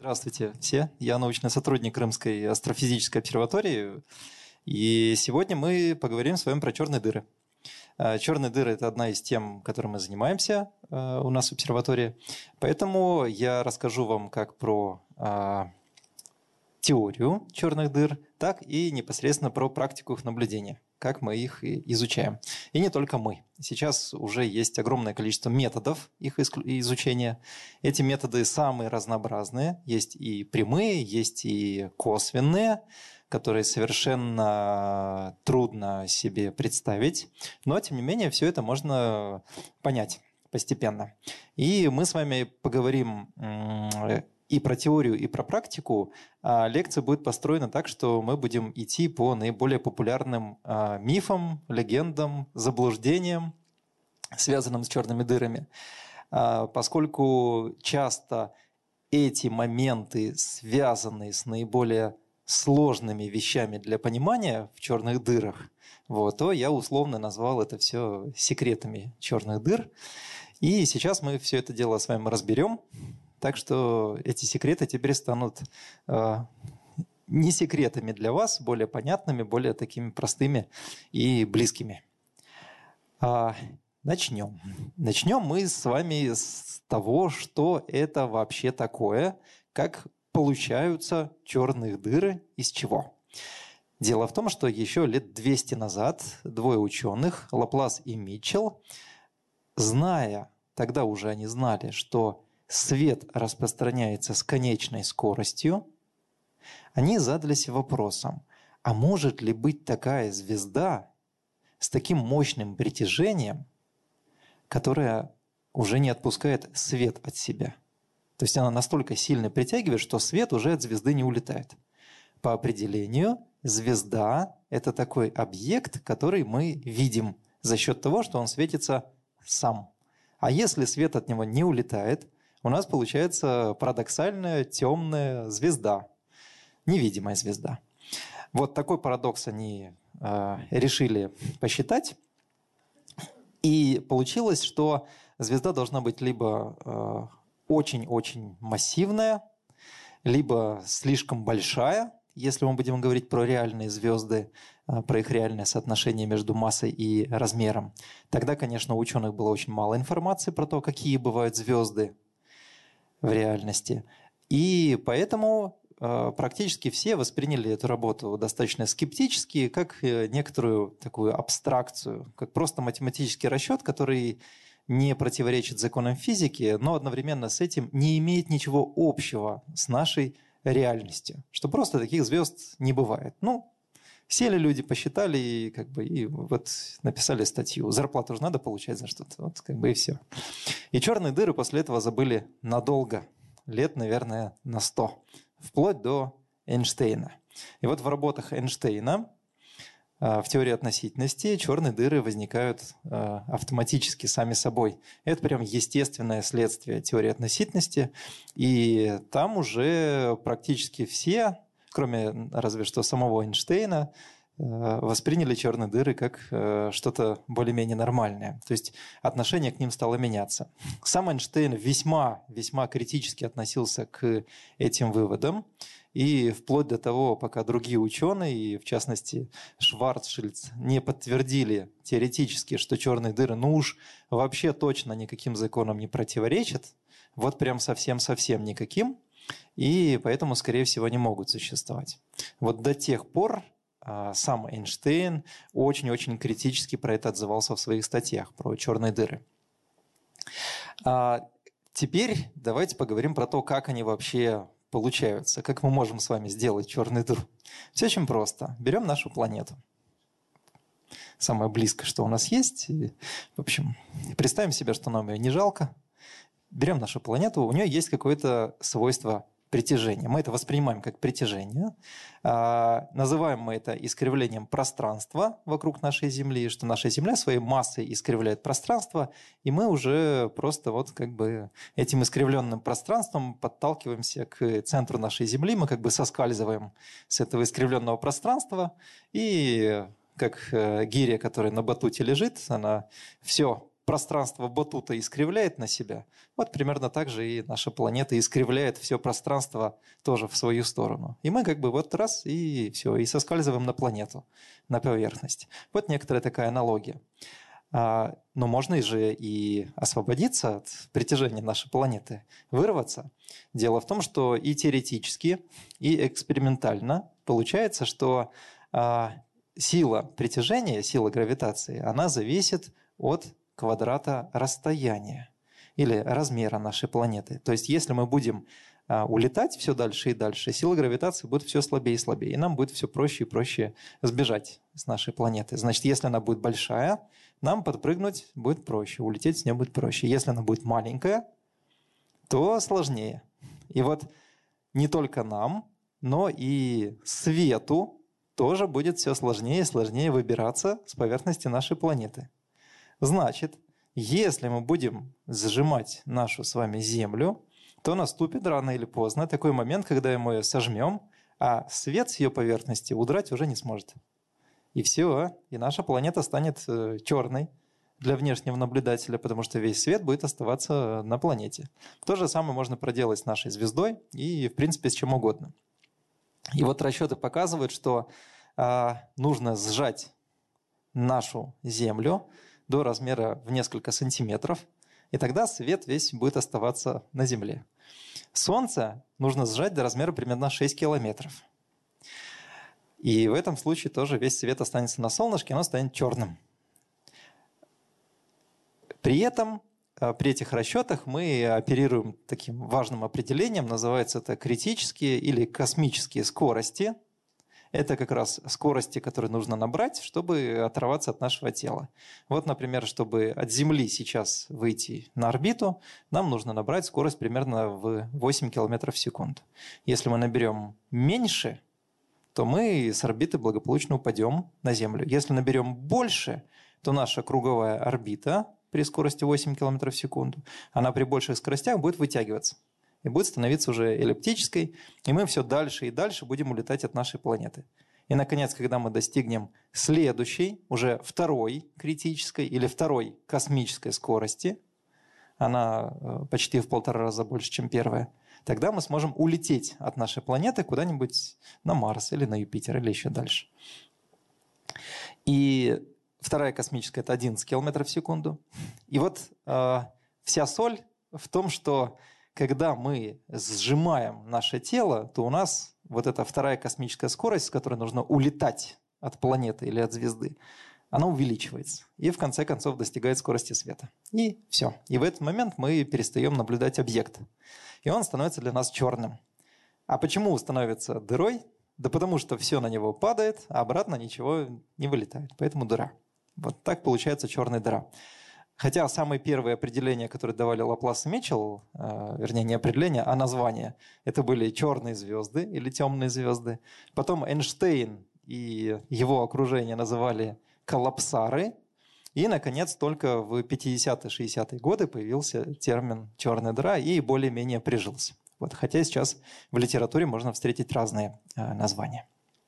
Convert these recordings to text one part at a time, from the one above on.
Здравствуйте все. Я научный сотрудник Крымской астрофизической обсерватории. И сегодня мы поговорим с вами про черные дыры. Черные дыры – это одна из тем, которой мы занимаемся у нас в обсерватории. Поэтому я расскажу вам как про теорию черных дыр, так и непосредственно про практику их наблюдения, как мы их изучаем. И не только мы. Сейчас уже есть огромное количество методов их изучения. Эти методы самые разнообразные. Есть и прямые, есть и косвенные, которые совершенно трудно себе представить. Но, тем не менее, все это можно понять постепенно. И мы с вами поговорим и про теорию, и про практику. Лекция будет построена так, что мы будем идти по наиболее популярным мифам, легендам, заблуждениям, связанным с черными дырами. Поскольку часто эти моменты связаны с наиболее сложными вещами для понимания в черных дырах, то я условно назвал это все секретами черных дыр. И сейчас мы все это дело с вами разберем. Так что эти секреты теперь станут не секретами для вас, более понятными, более такими простыми и близкими. Начнем. Начнем мы с вами с того, что это вообще такое, как получаются черные дыры, из чего. Дело в том, что еще лет 200 назад двое ученых, Лаплас и Митчелл, тогда уже они знали, что свет распространяется с конечной скоростью, они задались вопросом, а может ли быть такая звезда с таким мощным притяжением, которая уже не отпускает свет от себя? То есть она настолько сильно притягивает, что свет уже от звезды не улетает. По определению, звезда – это такой объект, который мы видим за счет того, что он светится сам. А если свет от него не улетает, у нас получается парадоксальная темная звезда, невидимая звезда. Вот такой парадокс они решили посчитать. И получилось, что звезда должна быть либо очень-очень массивная, либо слишком большая, если мы будем говорить про реальные звезды, про их реальное соотношение между массой и размером. Тогда, конечно, у ученых было очень мало информации про то, какие бывают звезды в реальности. И поэтому практически все восприняли эту работу достаточно скептически, как некоторую такую абстракцию, как просто математический расчет, который не противоречит законам физики, но одновременно с этим не имеет ничего общего с нашей реальностью, что просто таких звезд не бывает. Сели люди, посчитали и вот написали статью. Зарплату же надо получать за что-то, и все. И черные дыры после этого забыли надолго, лет, наверное, на 100, вплоть до Эйнштейна. И вот в работах Эйнштейна в теории относительности черные дыры возникают автоматически, сами собой. Это прям естественное следствие теории относительности. И там уже практически все, кроме разве что самого Эйнштейна, восприняли черные дыры как что-то более-менее нормальное. То есть отношение к ним стало меняться. Сам Эйнштейн весьма критически относился к этим выводам. И вплоть до того, пока другие ученые, и в частности Шварцшильд, не подтвердили теоретически, что черные дыры уж вообще точно никаким законам не противоречат, вот прям совсем-совсем никаким, и поэтому, скорее всего, не могут существовать. Вот до тех пор сам Эйнштейн очень-очень критически про это отзывался в своих статьях, про черные дыры. Теперь давайте поговорим про то, как они вообще получаются, как мы можем с вами сделать черную дыру. Все очень просто. Берем нашу планету. Самое близкое, что у нас есть. И, в общем, представим себе, что нам ее не жалко. Берем нашу планету, у нее есть какое-то свойство притяжения. Мы это воспринимаем как притяжение. Называем мы это искривлением пространства вокруг нашей Земли, что наша Земля своей массой искривляет пространство, и мы уже просто этим искривленным пространством подталкиваемся к центру нашей Земли, мы соскальзываем с этого искривленного пространства, и как гиря, которая на батуте лежит, она все пространство батута искривляет на себя, вот примерно так же и наша планета искривляет все пространство тоже в свою сторону. И мы как бы вот раз и все, и соскальзываем на планету, на поверхность. Вот некоторая такая аналогия. Но можно же и освободиться от притяжения нашей планеты, вырваться. Дело в том, что и теоретически, и экспериментально получается, что сила притяжения, сила гравитации, она зависит от квадрата расстояния или размера нашей планеты. То есть если мы будем улетать все дальше и дальше, сила гравитации будет все слабее и слабее, и нам будет все проще и проще сбежать с нашей планеты. Значит, если она будет большая, нам подпрыгнуть будет проще, улететь с нее будет проще. Если она будет маленькая, то сложнее. И вот не только нам, но и свету тоже будет все сложнее и сложнее выбираться с поверхности нашей планеты. Значит, если мы будем сжимать нашу с вами Землю, то наступит рано или поздно такой момент, когда мы ее сожмем, а свет с ее поверхности удрать уже не сможет. И все, и наша планета станет черной для внешнего наблюдателя, потому что весь свет будет оставаться на планете. То же самое можно проделать с нашей звездой и, в принципе, с чем угодно. И вот расчеты показывают, что нужно сжать нашу Землю до размера в несколько сантиметров, и тогда свет весь будет оставаться на Земле. Солнце нужно сжать до размера примерно 6 километров. И в этом случае тоже весь свет останется на солнышке, оно станет черным. При этом, при этих расчетах мы оперируем таким важным определением, называется это критические или космические скорости. Это как раз скорости, которые нужно набрать, чтобы оторваться от нашего тела. Вот, например, чтобы от Земли сейчас выйти на орбиту, нам нужно набрать скорость примерно в 8 км в секунду. Если мы наберем меньше, то мы с орбиты благополучно упадем на Землю. Если наберем больше, то наша круговая орбита при скорости 8 км в секунду, она при больших скоростях будет вытягиваться и будет становиться уже эллиптической, и мы все дальше и дальше будем улетать от нашей планеты. И, наконец, когда мы достигнем следующей, уже второй критической или второй космической скорости, она почти в 1,5 раза больше, чем первая, тогда мы сможем улететь от нашей планеты куда-нибудь на Марс или на Юпитер, или еще дальше. И вторая космическая – это 11 км в секунду. И вот вся соль в том, что когда мы сжимаем наше тело, то у нас вот эта вторая космическая скорость, с которой нужно улетать от планеты или от звезды, она увеличивается и в конце концов достигает скорости света. И все. И в этот момент мы перестаем наблюдать объект. И он становится для нас черным. А почему становится дырой? Да потому что все на него падает, а обратно ничего не вылетает. Поэтому дыра. Вот так получается черная дыра. Хотя самые первые определения, которые давали Лаплас и Митчелл, вернее не определения, а названия, это были черные звезды или темные звезды. Потом Эйнштейн и его окружение называли коллапсары. И, наконец, только в 50-60-е годы появился термин «черная дыра» и более-менее прижился. Вот, хотя сейчас в литературе можно встретить разные названия.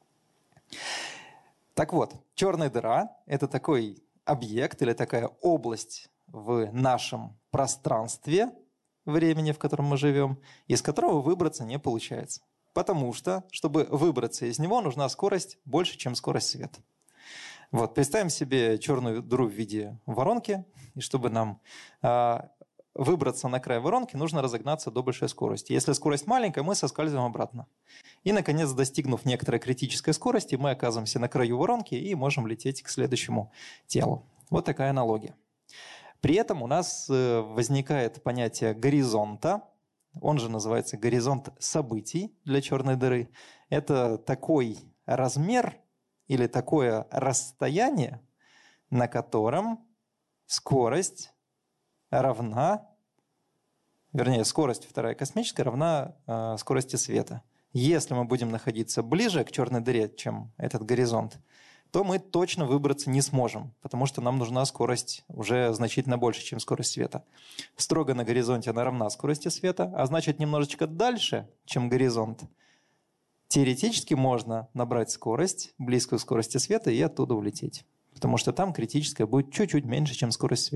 Так вот, черная дыра – это такой объект или такая область в нашем пространстве времени, в котором мы живем, из которого выбраться не получается. Потому что, чтобы выбраться из него, нужна скорость больше, чем скорость света. Вот, представим себе черную дыру в виде воронки, и чтобы нам выбраться на край воронки, нужно разогнаться до большой скорости. Если скорость маленькая, мы соскальзываем обратно. И, наконец, достигнув некоторой критической скорости, мы оказываемся на краю воронки и можем лететь к следующему телу. Вот такая аналогия. При этом у нас возникает понятие горизонта, он же называется горизонт событий для черной дыры. Это такой размер или такое расстояние, на котором скорость равна, вернее, скорость вторая космическая равна скорости света. Если мы будем находиться ближе к черной дыре, чем этот горизонт, то мы точно выбраться не сможем, потому что нам нужна скорость уже значительно больше, чем скорость света. Строго на горизонте она равна скорости света, а значит, немножечко дальше, чем горизонт, теоретически можно набрать скорость, близкую к скорости света, и оттуда улететь. Потому что там критическая будет чуть-чуть меньше, чем скорость света.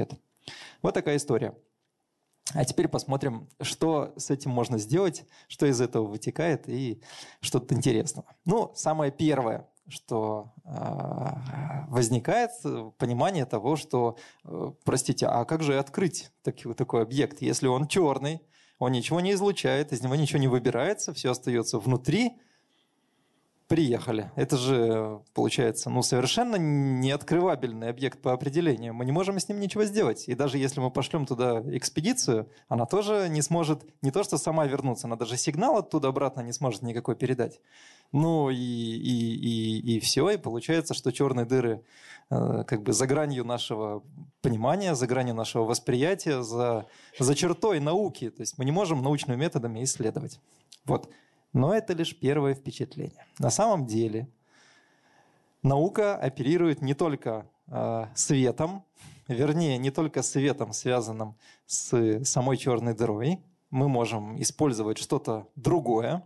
Вот такая история. А теперь посмотрим, что с этим можно сделать, что из этого вытекает и что-то интересного. Ну, самое первое, что возникает, понимание того, что, простите, а как же открыть такой объект, если он черный, он ничего не излучает, из него ничего не выбирается, все остается внутри. Приехали. Это же, получается, совершенно неоткрывабельный объект по определению. Мы не можем с ним ничего сделать. И даже если мы пошлем туда экспедицию, она тоже не сможет не то что сама вернуться, она даже сигнал оттуда обратно не сможет никакой передать. Ну и все. И получается, что черные дыры как бы за гранью нашего понимания, за гранью нашего восприятия, за чертой науки. То есть мы не можем научными методами исследовать. Вот. Но это лишь первое впечатление. На самом деле наука оперирует не только светом, вернее, не только светом, связанным с самой черной дырой. Мы можем использовать что-то другое.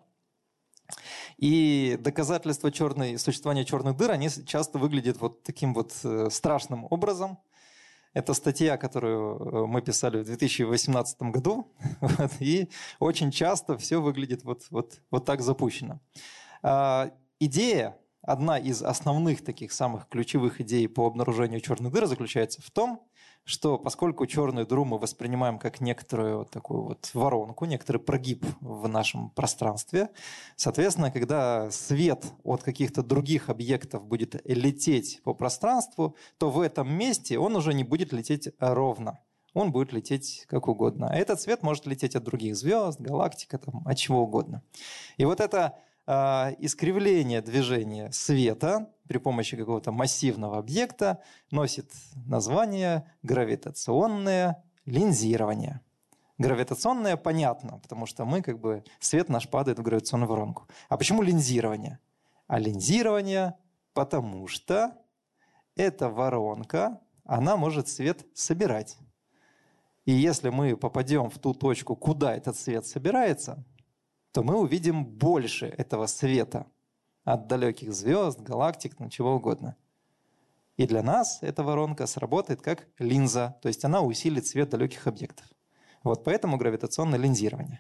И доказательства существования черных дыр, они часто выглядят вот таким вот страшным образом. Это статья, которую мы писали в 2018 году, и очень часто все выглядит вот так запущено. Идея, одна из основных таких самых ключевых идей по обнаружению черных дыр заключается в том, что поскольку черную дыру мы воспринимаем как некоторую вот такую вот воронку, некоторый прогиб в нашем пространстве, соответственно, когда свет от каких-то других объектов будет лететь по пространству, то в этом месте он уже не будет лететь ровно. Он будет лететь как угодно. А этот свет может лететь от других звезд, галактик, от чего угодно. И вот это искривление движения света при помощи какого-то массивного объекта носит название гравитационное линзирование. Гравитационное понятно, потому что свет наш падает в гравитационную воронку. А почему линзирование? А линзирование, потому что эта воронка, она может свет собирать. И если мы попадем в ту точку, куда этот свет собирается, то мы увидим больше этого света от далеких звезд, галактик, чего угодно. И для нас эта воронка сработает как линза, то есть она усилит свет далеких объектов. Вот поэтому гравитационное линзирование.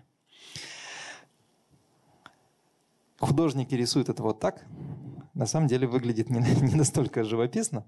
Художники рисуют это вот так. На самом деле выглядит не настолько живописно.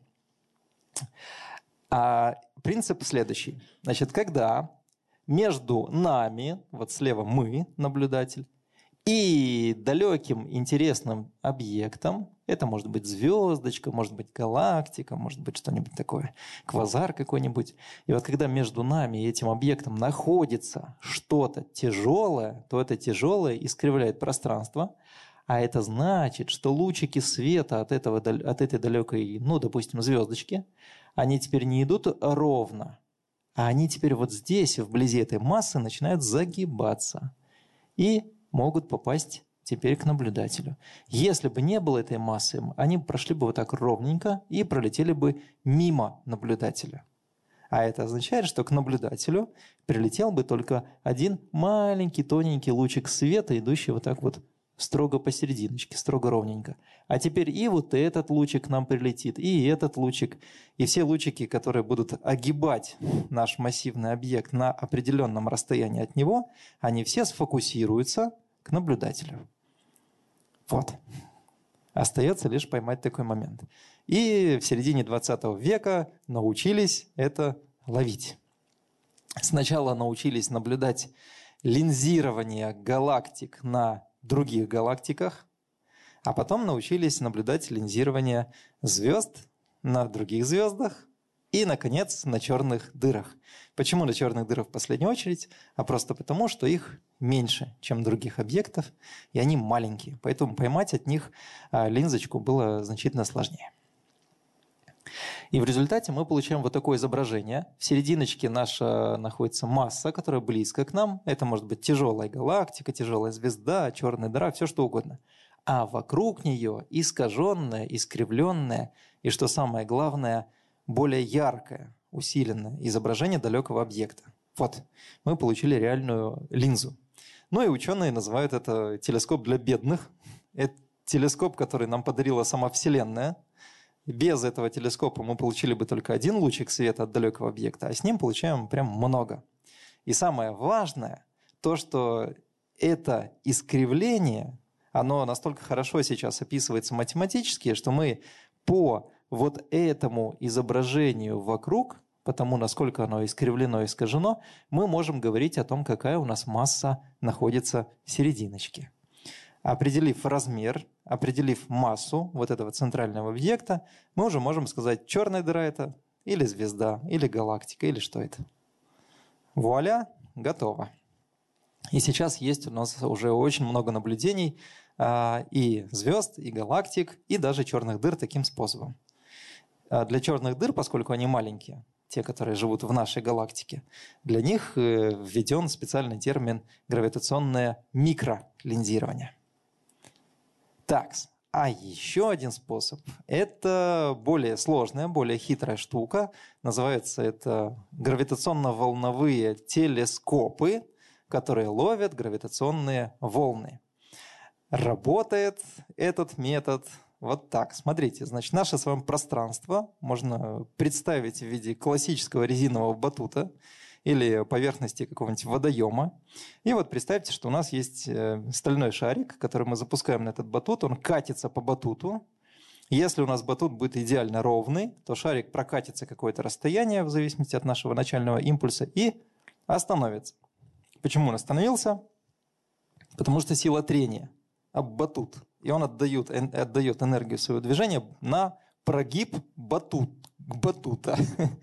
А принцип следующий. Значит, когда между нами, вот слева мы, наблюдатель, и далеким интересным объектом, это может быть звездочка, может быть галактика, может быть что-нибудь такое, квазар какой-нибудь. И вот когда между нами и этим объектом находится что-то тяжелое, то это тяжелое искривляет пространство, а это значит, что лучики света от этой далекой, допустим, звездочки, они теперь не идут ровно, а они теперь вот здесь, вблизи этой массы, начинают загибаться. И могут попасть теперь к наблюдателю. Если бы не было этой массы, они прошли бы вот так ровненько и пролетели бы мимо наблюдателя. А это означает, что к наблюдателю прилетел бы только один маленький тоненький лучик света, идущий вот так вот строго посерединочке, строго ровненько. А теперь и вот этот лучик к нам прилетит, и этот лучик, и все лучики, которые будут огибать наш массивный объект на определенном расстоянии от него, они все сфокусируются к наблюдателю. Вот. Остается лишь поймать такой момент. И в середине 20 века научились это ловить. Сначала научились наблюдать линзирование галактик на других галактиках, а потом научились наблюдать линзирование звезд на других звездах и, наконец, на черных дырах. Почему на черных дырах в последнюю очередь? А просто потому, что их меньше, чем других объектов, и они маленькие. Поэтому поймать от них линзочку было значительно сложнее. И в результате мы получаем вот такое изображение. В серединочке наша находится масса, которая близко к нам. Это может быть тяжелая галактика, тяжелая звезда, черная дыра, все что угодно. А вокруг нее искаженное, искривленное и, что самое главное, более яркое, усиленное изображение далекого объекта. Вот, мы получили реальную линзу. Ну и ученые называют это телескоп для бедных. Это телескоп, который нам подарила сама Вселенная. Без этого телескопа мы получили бы только один лучик света от далекого объекта, а с ним получаем прям много. И самое важное, то, что это искривление, оно настолько хорошо сейчас описывается математически, что мы по вот этому изображению вокруг, потому насколько оно искривлено и искажено, мы можем говорить о том, какая у нас масса находится в серединочке. Определив размер, определив массу вот этого центрального объекта, мы уже можем сказать, черная дыра это, или звезда, или галактика, или что это. Вуаля, готово. И сейчас есть у нас уже очень много наблюдений и звезд, и галактик, и даже черных дыр таким способом. Для черных дыр, поскольку они маленькие, те, которые живут в нашей галактике, для них введен специальный термин гравитационное микролинзирование. Так, а еще один способ – это более сложная, более хитрая штука. Называется это гравитационно-волновые телескопы, которые ловят гравитационные волны. Работает этот метод вот так. Смотрите, значит, наше с вами пространство можно представить в виде классического резинового батута или поверхности какого-нибудь водоема. И вот представьте, что у нас есть стальной шарик, который мы запускаем на этот батут, он катится по батуту. Если у нас батут будет идеально ровный, то шарик прокатится какое-то расстояние в зависимости от нашего начального импульса и остановится. Почему он остановился? Потому что сила трения об батут. И он отдает энергию своего движения на прогиб батута.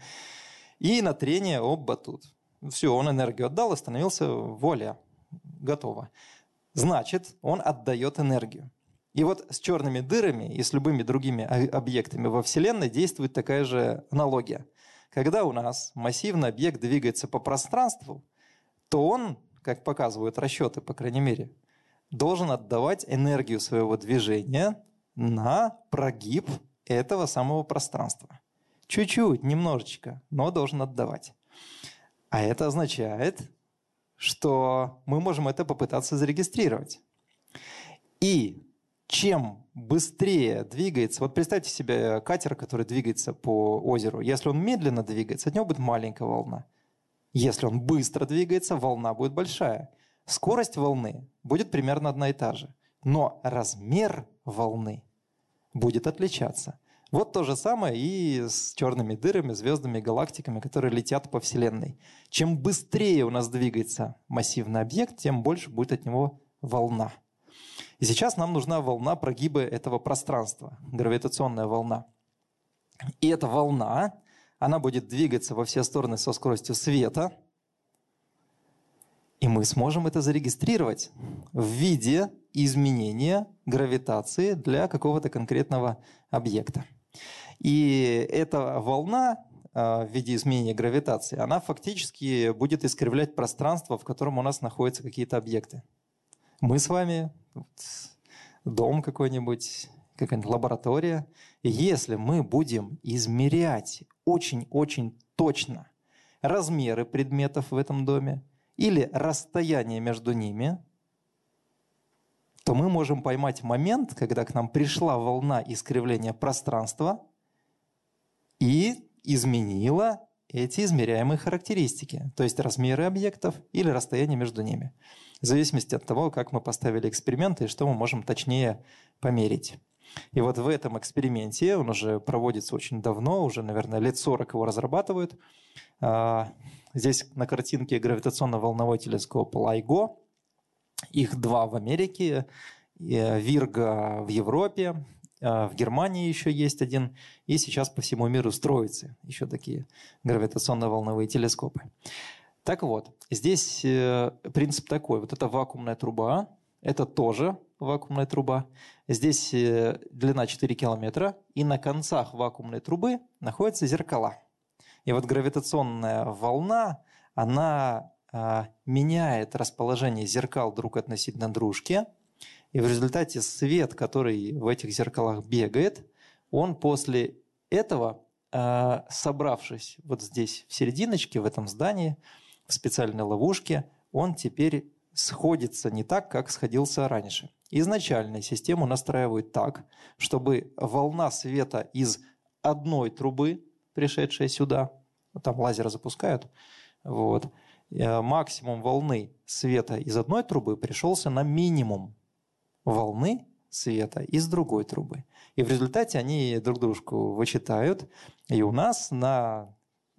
И на трение об батут. Все, он энергию отдал, остановился, вуаля, готово. Значит, он отдает энергию. И вот с черными дырами и с любыми другими объектами во Вселенной действует такая же аналогия. Когда у нас массивный объект двигается по пространству, то он, как показывают расчеты, по крайней мере, должен отдавать энергию своего движения на прогиб этого самого пространства. Чуть-чуть, немножечко, но должен отдавать. А это означает, что мы можем это попытаться зарегистрировать. И чем быстрее двигается, вот представьте себе катер, который двигается по озеру. Если он медленно двигается, от него будет маленькая волна. Если он быстро двигается, волна будет большая. Скорость волны будет примерно одна и та же. Но размер волны будет отличаться. Вот то же самое и с черными дырами, звездами, галактиками, которые летят по Вселенной. Чем быстрее у нас двигается массивный объект, тем больше будет от него волна. И сейчас нам нужна волна прогиба этого пространства, гравитационная волна. И эта волна, она будет двигаться во все стороны со скоростью света, и мы сможем это зарегистрировать в виде изменения гравитации для какого-то конкретного объекта. И эта волна в виде изменения гравитации, она фактически будет искривлять пространство, в котором у нас находятся какие-то объекты. Мы с вами, дом какой-нибудь, какая-нибудь лаборатория. И если мы будем измерять очень-очень точно размеры предметов в этом доме или расстояние между ними, то мы можем поймать момент, когда к нам пришла волна искривления пространства и изменила эти измеряемые характеристики, то есть размеры объектов или расстояние между ними, в зависимости от того, как мы поставили эксперименты и что мы можем точнее померить. И вот в этом эксперименте, он уже проводится очень давно, уже, наверное, лет 40 его разрабатывают. Здесь на картинке гравитационно-волновой телескоп LIGO. Их два в Америке, Вирго в Европе, в Германии еще есть один, и сейчас по всему миру строятся еще такие гравитационно-волновые телескопы. Так вот, здесь принцип такой. Вот это вакуумная труба, это тоже вакуумная труба. Здесь длина 4 километра, и на концах вакуумной трубы находятся зеркала. И вот гравитационная волна, она меняет расположение зеркал друг относительно дружки, и в результате свет, который в этих зеркалах бегает, он после этого, собравшись вот здесь в серединочке, в этом здании, в специальной ловушке, он теперь сходится не так, как сходился раньше. Изначально систему настраивают так, чтобы волна света из одной трубы, пришедшей сюда, там лазеры запускают, вот, максимум волны света из одной трубы пришелся на минимум волны света из другой трубы. И в результате они друг дружку вычитают. И у нас на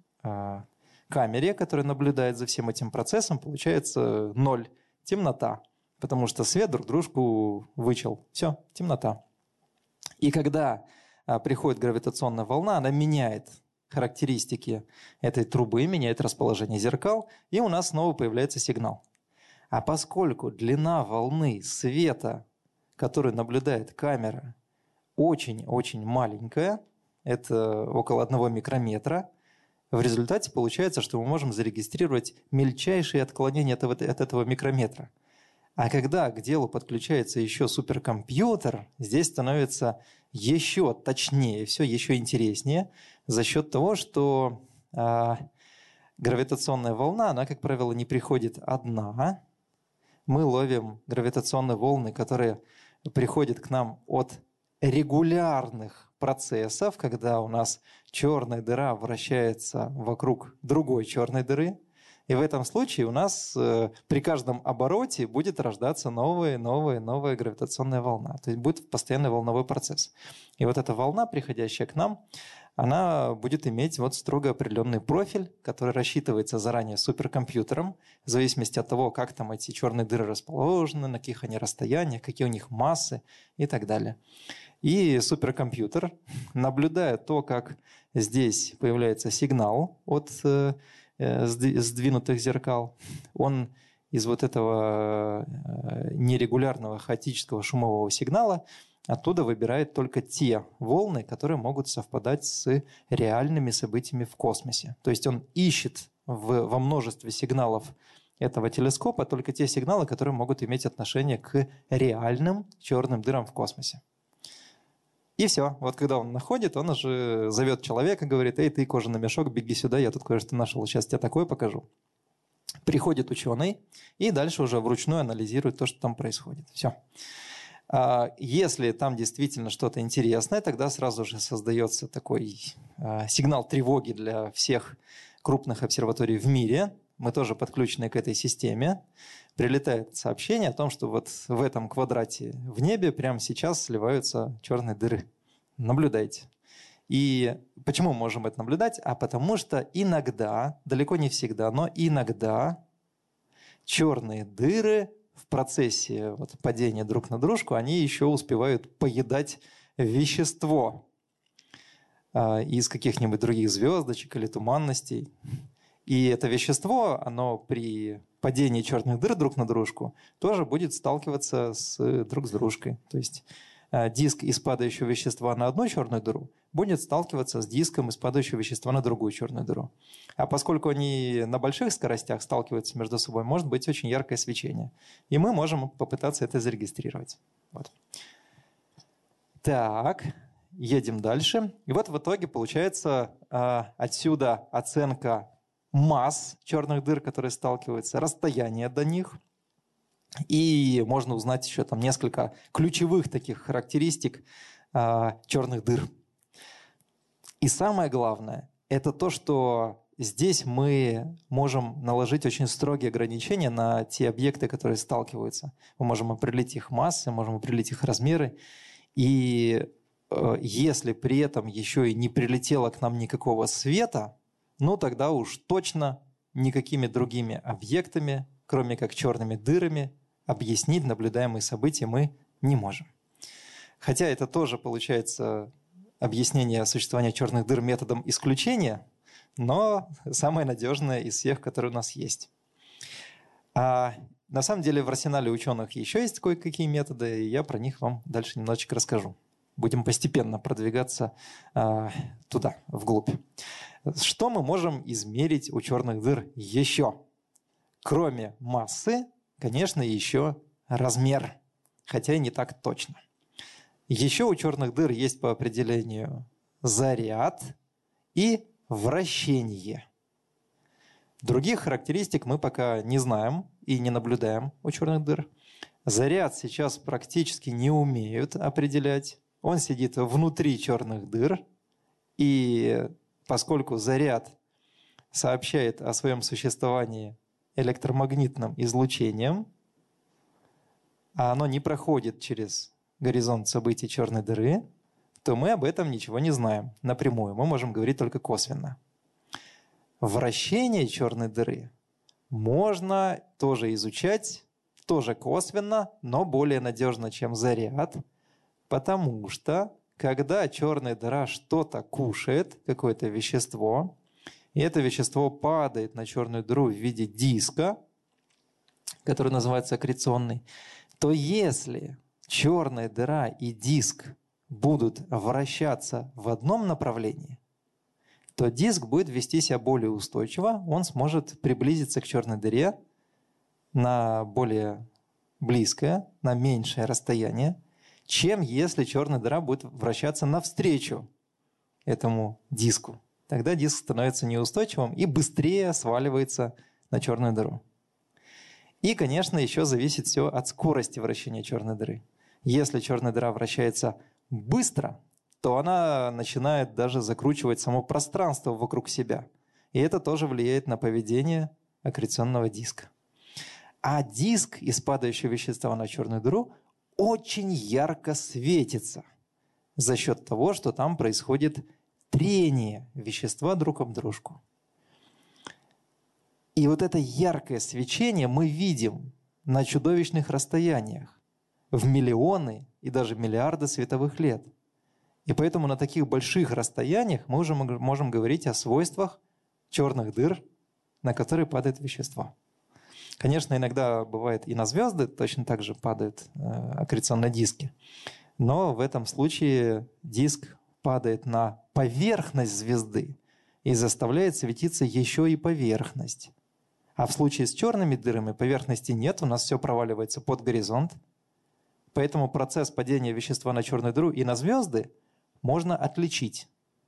камере, которая наблюдает за всем этим процессом, получается 0, темнота. Потому что свет друг дружку вычел. Все, темнота. И когда приходит гравитационная волна, она меняет характеристики этой трубы, меняет расположение зеркал, и у нас снова появляется сигнал. А поскольку длина волны света, которую наблюдает камера, очень-очень маленькая, это около 1 микрометра, в результате получается, что мы можем зарегистрировать мельчайшие отклонения от этого микрометра. А когда к делу подключается еще суперкомпьютер, здесь становится еще точнее, все еще интереснее за счет того, что гравитационная волна, она, как правило, не приходит одна. Мы ловим гравитационные волны, которые приходят к нам от регулярных процессов, когда у нас черная дыра вращается вокруг другой черной дыры. И в этом случае у нас при каждом обороте будет рождаться новая гравитационная волна. То есть будет постоянный волновой процесс. И вот эта волна, приходящая к нам, она будет иметь вот строго определенный профиль, который рассчитывается заранее суперкомпьютером, в зависимости от того, как там эти черные дыры расположены, на каких они расстояниях, какие у них массы и так далее. И суперкомпьютер, наблюдая то, как здесь появляется сигнал от сдвинутых зеркал, он из вот этого нерегулярного хаотического шумового сигнала оттуда выбирает только те волны, которые могут совпадать с реальными событиями в космосе. То есть он ищет во множестве сигналов этого телескопа только те сигналы, которые могут иметь отношение к реальным черным дырам в космосе. И все. Вот когда он находит, он уже зовет человека, говорит: «Эй, ты, кожаный мешок, беги сюда, я тут кое-что нашел, сейчас тебе такое покажу». Приходит ученый и дальше уже вручную анализирует то, что там происходит. Все. Если там действительно что-то интересное, тогда сразу же создается такой сигнал тревоги для всех крупных обсерваторий в мире. Мы тоже подключены к этой системе. Прилетает сообщение о том, что вот в этом квадрате в небе прямо сейчас сливаются черные дыры. Наблюдайте. И почему мы можем это наблюдать? А потому что иногда, далеко не всегда, но иногда черные дыры в процессе вот падения друг на дружку, они еще успевают поедать вещество из каких-нибудь других звездочек или туманностей. И это вещество, оно при падении черных дыр друг на дружку тоже будет сталкиваться друг с дружкой. То есть диск из падающего вещества на одну черную дыру будет сталкиваться с диском из падающего вещества на другую черную дыру. А поскольку они на больших скоростях сталкиваются между собой, может быть очень яркое свечение. И мы можем попытаться это зарегистрировать. Вот. Так, едем дальше. И вот в итоге получается отсюда оценка масс черных дыр, которые сталкиваются, расстояние до них. И можно узнать еще там несколько ключевых таких характеристик черных дыр. И самое главное, это то, что здесь мы можем наложить очень строгие ограничения на те объекты, которые сталкиваются. Мы можем определить их массы, можем определить их размеры. И если при этом еще и не прилетело к нам никакого света, ну тогда уж точно никакими другими объектами, кроме как черными дырами, объяснить наблюдаемые события мы не можем. Хотя это тоже получается объяснение существования черных дыр методом исключения, но самое надежное из всех, которые у нас есть. А на самом деле в арсенале ученых еще есть кое-какие методы, и я про них вам дальше немножечко расскажу. Будем постепенно продвигаться туда, вглубь. Что мы можем измерить у черных дыр еще? Кроме массы, конечно, еще размер, хотя и не так точно. Еще у черных дыр есть по определению заряд и вращение. Других характеристик мы пока не знаем и не наблюдаем у черных дыр. Заряд сейчас практически не умеют определять. Он сидит внутри черных дыр, И поскольку заряд сообщает о своем существовании электромагнитным излучением, а оно не проходит через горизонт событий черной дыры, то мы об этом ничего не знаем напрямую. Мы можем говорить только косвенно. Вращение черной дыры можно тоже изучать, тоже косвенно, но более надежно, чем заряд, потому что когда черная дыра что-то кушает, какое-то вещество, и это вещество падает на черную дыру в виде диска, который называется аккреционный, то если черная дыра и диск будут вращаться в одном направлении, то диск будет вести себя более устойчиво, он сможет приблизиться к черной дыре на более близкое, на меньшее расстояние, чем если черная дыра будет вращаться навстречу этому диску. Тогда диск становится неустойчивым и быстрее сваливается на черную дыру. И, конечно, еще зависит все от скорости вращения черной дыры. Если черная дыра вращается быстро, то она начинает даже закручивать само пространство вокруг себя. И это тоже влияет на поведение аккреционного диска. А диск из падающего вещества на черную дыру очень ярко светится за счет того, что там происходит трение вещества друг об дружку. И вот это яркое свечение мы видим на чудовищных расстояниях, в миллионы и даже миллиарды световых лет. И поэтому на таких больших расстояниях мы уже можем говорить о свойствах черных дыр, на которые падает вещество. Конечно, иногда бывает и на звезды точно так же падают аккреционные диски, но в этом случае диск падает на поверхность звезды и заставляет светиться еще и поверхность. А в случае с черными дырами поверхности нет, у нас все проваливается под горизонт. Поэтому процесс падения вещества на черную дыру и на звезды можно отличить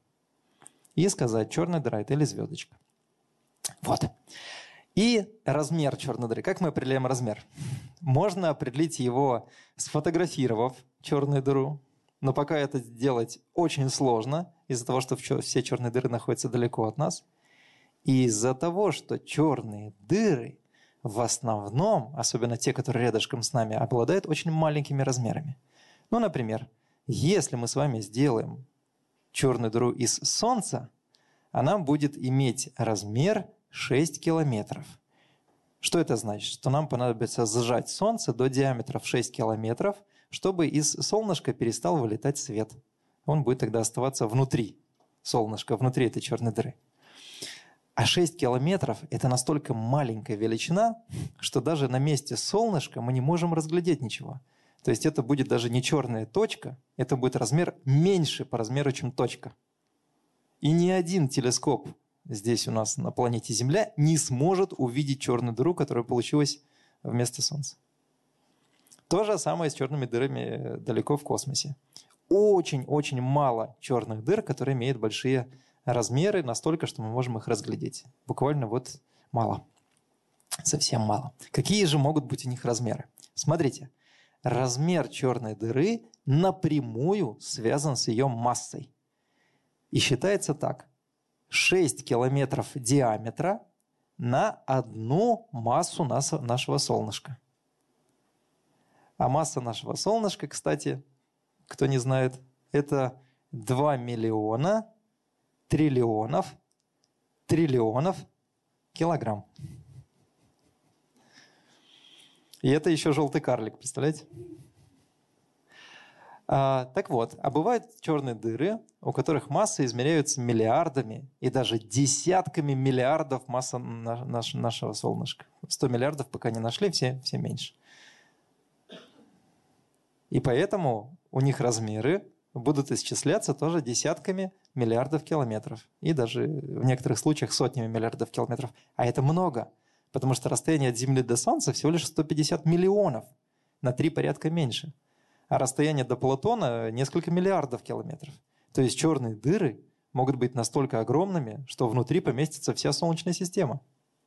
и сказать, черная дыра это или звездочка. Вот. И размер черной дыры. Как мы определяем размер? Можно определить его, сфотографировав черную дыру, но пока это делать очень сложно, из-за того, что все черные дыры находятся далеко от нас. И из-за того, что черные дыры в основном, особенно те, которые рядышком с нами, обладают очень маленькими размерами. Ну, например, если мы с вами сделаем черную дыру из Солнца, она будет иметь размер 6 километров. Что это значит? Что нам понадобится сжать Солнце до диаметра в 6 километров, чтобы из солнышка перестал вылетать свет. Он будет тогда оставаться внутри солнышка, внутри этой черной дыры. А 6 километров – это настолько маленькая величина, что даже на месте солнышка мы не можем разглядеть ничего. То есть это будет даже не черная точка, это будет размер меньше по размеру, чем точка. И ни один телескоп здесь у нас на планете Земля не сможет увидеть черную дыру, которая получилась вместо Солнца. То же самое с черными дырами далеко в космосе. Очень-очень мало черных дыр, которые имеют большие размеры, настолько, что мы можем их разглядеть. Буквально вот мало. Совсем мало. Какие же могут быть у них размеры? Смотрите, размер черной дыры напрямую связан с ее массой. И считается так. 6 километров диаметра на одну массу нашего солнышка. А масса нашего солнышка, кстати, кто не знает, это 2 миллиона триллионов килограмм. И это еще желтый карлик, представляете? Так вот, а бывают черные дыры, у которых массы измеряются миллиардами и даже десятками миллиардов массы нашего солнышка. 100 миллиардов пока не нашли, все меньше. И поэтому у них размеры будут исчисляться тоже десятками миллиардов километров. И даже в некоторых случаях сотнями миллиардов километров. А это много, потому что расстояние от Земли до Солнца всего лишь 150 миллионов, на 3 порядка меньше. А расстояние до Плутона несколько миллиардов километров. То есть черные дыры могут быть настолько огромными, что внутри поместится вся Солнечная система.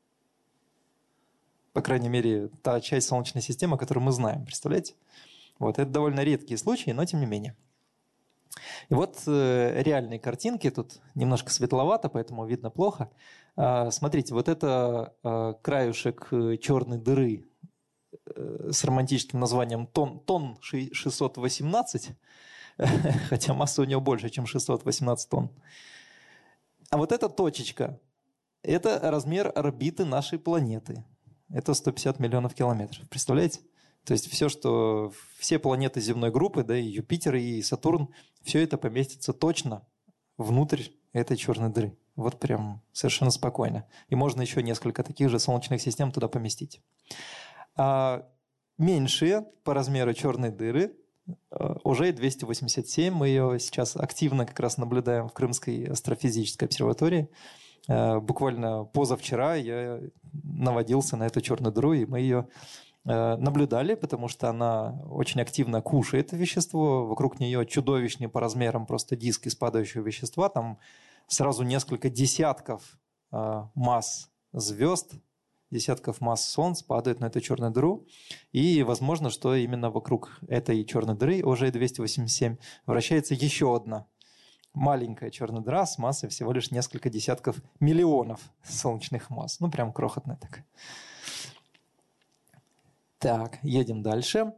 По крайней мере, та часть Солнечной системы, которую мы знаем. Представляете? Вот, это довольно редкие случаи, но тем не менее. И вот реальные картинки, тут немножко светловато, поэтому видно плохо. Смотрите, вот это краюшек черной дыры с романтическим названием тон 618, хотя масса у него больше, чем 618 тонн. А вот эта точечка – это размер орбиты нашей планеты. Это 150 миллионов километров. Представляете? То есть все планеты земной группы, да, и Юпитер, и Сатурн, все это поместится точно внутрь этой черной дыры. Вот прям совершенно спокойно. И можно еще несколько таких же солнечных систем туда поместить. А меньшие по размеру черной дыры уже 287. Мы ее сейчас активно как раз наблюдаем в Крымской астрофизической обсерватории. Буквально позавчера я наводился на эту черную дыру, и мы ее наблюдали, потому что она очень активно кушает вещество. Вокруг нее чудовищный по размерам просто диск из падающего вещества. Там сразу несколько десятков масс звезд, десятков масс Солнц падают на эту черную дыру. И возможно, что именно вокруг этой черной дыры, уже 287, вращается еще одна маленькая черная дыра с массой всего лишь несколько десятков миллионов солнечных масс. Ну, прям крохотная такая. Так, едем дальше.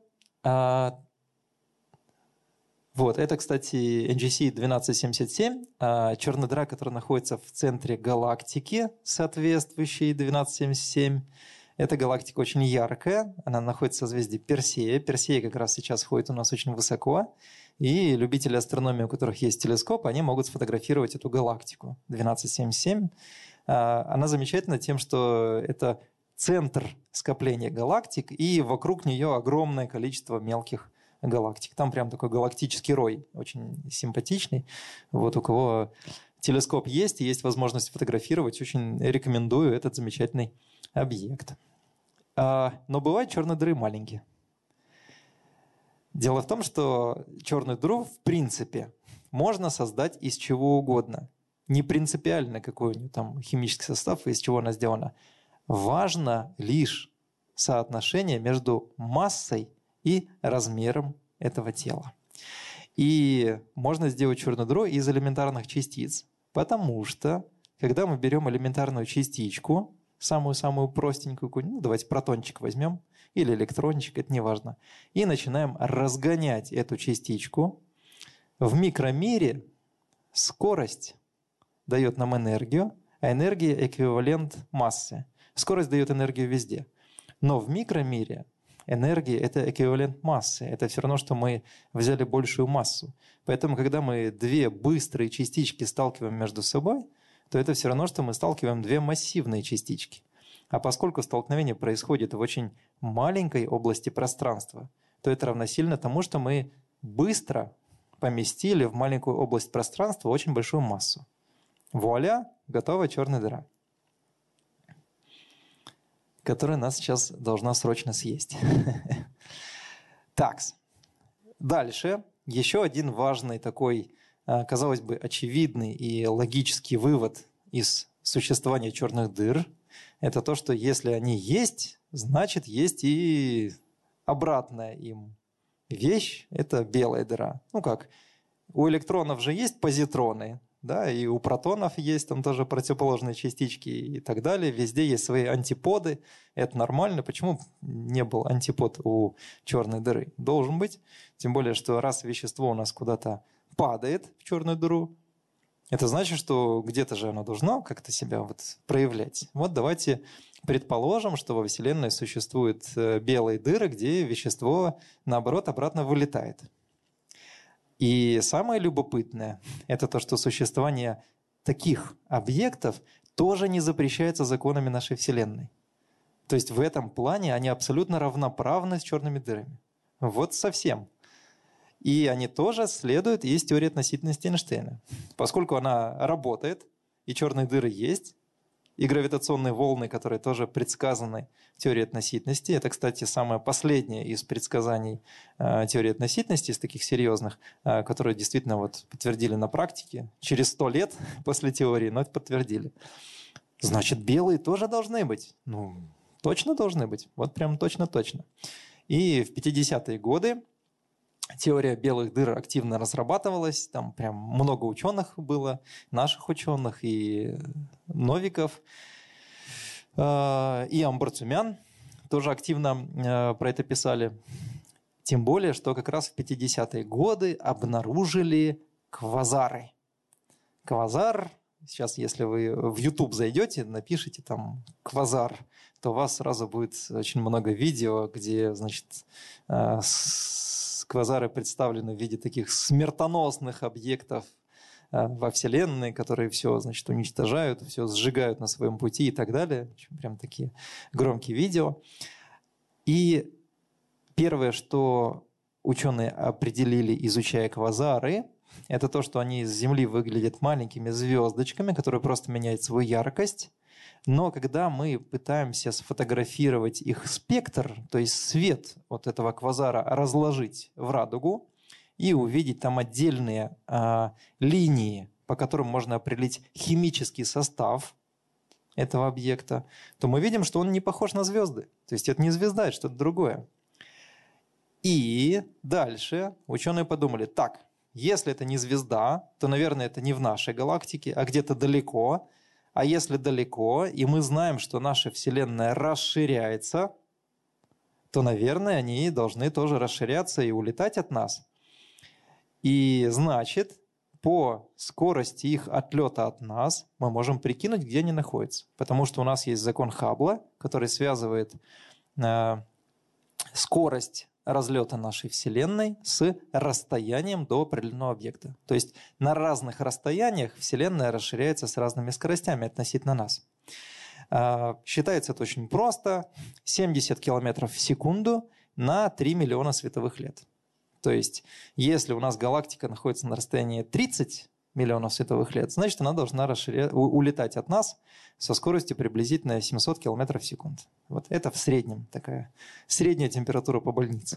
Вот, это, кстати, NGC 1277, черная дыра, которая находится в центре галактики, соответствующей 1277. Эта галактика очень яркая, она находится в созвездии Персея. Персея как раз сейчас ходит у нас очень высоко, и любители астрономии, у которых есть телескоп, они могут сфотографировать эту галактику 1277. Она замечательна тем, что это центр скопления галактик, и вокруг нее огромное количество мелких галактик. Там прям такой галактический рой, очень симпатичный. Вот у кого телескоп есть и есть возможность фотографировать, очень рекомендую этот замечательный объект. Но бывают черные дыры маленькие. Дело в том, что черную дыру в принципе можно создать из чего угодно. Не принципиально, какой у нее там химический состав и из чего она сделана. Важно лишь соотношение между массой и размером этого тела. И можно сделать черную дыру из элементарных частиц, потому что, когда мы берем элементарную частичку, самую-самую простенькую, ну, давайте протончик возьмем, или электрончик, это не важно, и начинаем разгонять эту частичку, в микромире скорость дает нам энергию, а энергия эквивалент массы. Скорость дает энергию везде. Но в микромире энергия – это эквивалент массы. Это все равно, что мы взяли большую массу. Поэтому, когда мы две быстрые частички сталкиваем между собой, то это все равно, что мы сталкиваем две массивные частички. А поскольку столкновение происходит в очень маленькой области пространства, то это равносильно тому, что мы быстро поместили в маленькую область пространства очень большую массу. Вуаля, готова черная дыра, которая нас сейчас должна срочно съесть. Так, дальше. Еще один важный такой, казалось бы, очевидный и логический вывод из существования черных дыр – это то, что если они есть, значит, есть и обратная им вещь – это белая дыра. Ну как, у электронов же есть позитроны, да, и у протонов есть там тоже противоположные частички и так далее. Везде есть свои антиподы. Это нормально. Почему не был антипод у черной дыры? Должен быть. Тем более, что раз вещество у нас куда-то падает в черную дыру, это значит, что где-то же оно должно как-то себя вот проявлять. Вот давайте предположим, что во Вселенной существуют белые дыры, где вещество, наоборот, обратно вылетает. И самое любопытное – это то, что существование таких объектов тоже не запрещается законами нашей Вселенной. То есть в этом плане они абсолютно равноправны с черными дырами. Вот совсем. И они тоже следуют из теории относительности Эйнштейна. Поскольку она работает, и черные дыры есть, и гравитационные волны, которые тоже предсказаны в теории относительности. Это, кстати, самое последнее из предсказаний теории относительности, из таких серьезных, которые действительно вот подтвердили на практике. Через 100 лет после теории, но это подтвердили. Значит, белые тоже должны быть. Ну, точно должны быть. Вот прям точно-точно. И в 50-е годы теория белых дыр активно разрабатывалась, там прям много ученых было, наших ученых и Новиков, и Амбарцумян тоже активно про это писали. Тем более, что как раз в 50-е годы обнаружили квазары. Квазар, сейчас если вы в YouTube зайдете, напишите там «квазар», то у вас сразу будет очень много видео, где, значит, квазары представлены в виде таких смертоносных объектов во Вселенной, которые все, значит, уничтожают, все сжигают на своем пути и так далее. Прям такие громкие видео. И первое, что ученые определили, изучая квазары, это то, что они с Земли выглядят маленькими звездочками, которые просто меняют свою яркость. Но когда мы пытаемся сфотографировать их спектр, то есть свет вот этого квазара разложить в радугу и увидеть там отдельные линии, по которым можно определить химический состав этого объекта, то мы видим, что он не похож на звезды. То есть это не звезда, это что-то другое. И дальше ученые подумали, так, если это не звезда, то, наверное, это не в нашей галактике, а где-то далеко. А если далеко, и мы знаем, что наша Вселенная расширяется, то, наверное, они должны тоже расширяться и улетать от нас. И значит, по скорости их отлета от нас мы можем прикинуть, где они находятся. Потому что у нас есть закон Хаббла, который связывает скорость разлета нашей Вселенной с расстоянием до определенного объекта. То есть на разных расстояниях Вселенная расширяется с разными скоростями относительно нас. Считается это очень просто. 70 километров в секунду на 3 миллиона световых лет. То есть если у нас галактика находится на расстоянии 30 миллионов световых лет, значит она должна улетать от нас со скоростью приблизительно 700 километров в секунду. Вот это в среднем такая средняя температура по больнице.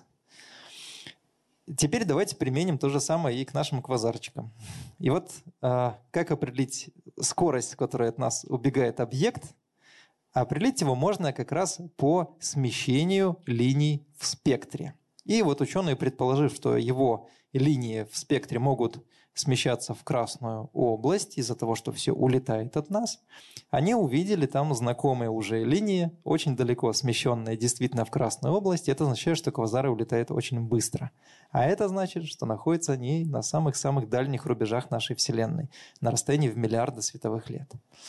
Теперь давайте применим то же самое и к нашим квазарчикам. И вот как определить скорость, с которой от нас убегает объект? Определить его можно как раз по смещению линий в спектре. И вот ученые, предположив, что его линии в спектре могут смещаться в красную область из-за того, что все улетает от нас, они увидели там знакомые уже линии, очень далеко смещенные действительно в красную область. И это означает, что квазары улетают очень быстро. А это значит, что находятся они на самых-самых дальних рубежах нашей Вселенной, на расстоянии в миллиарды световых лет.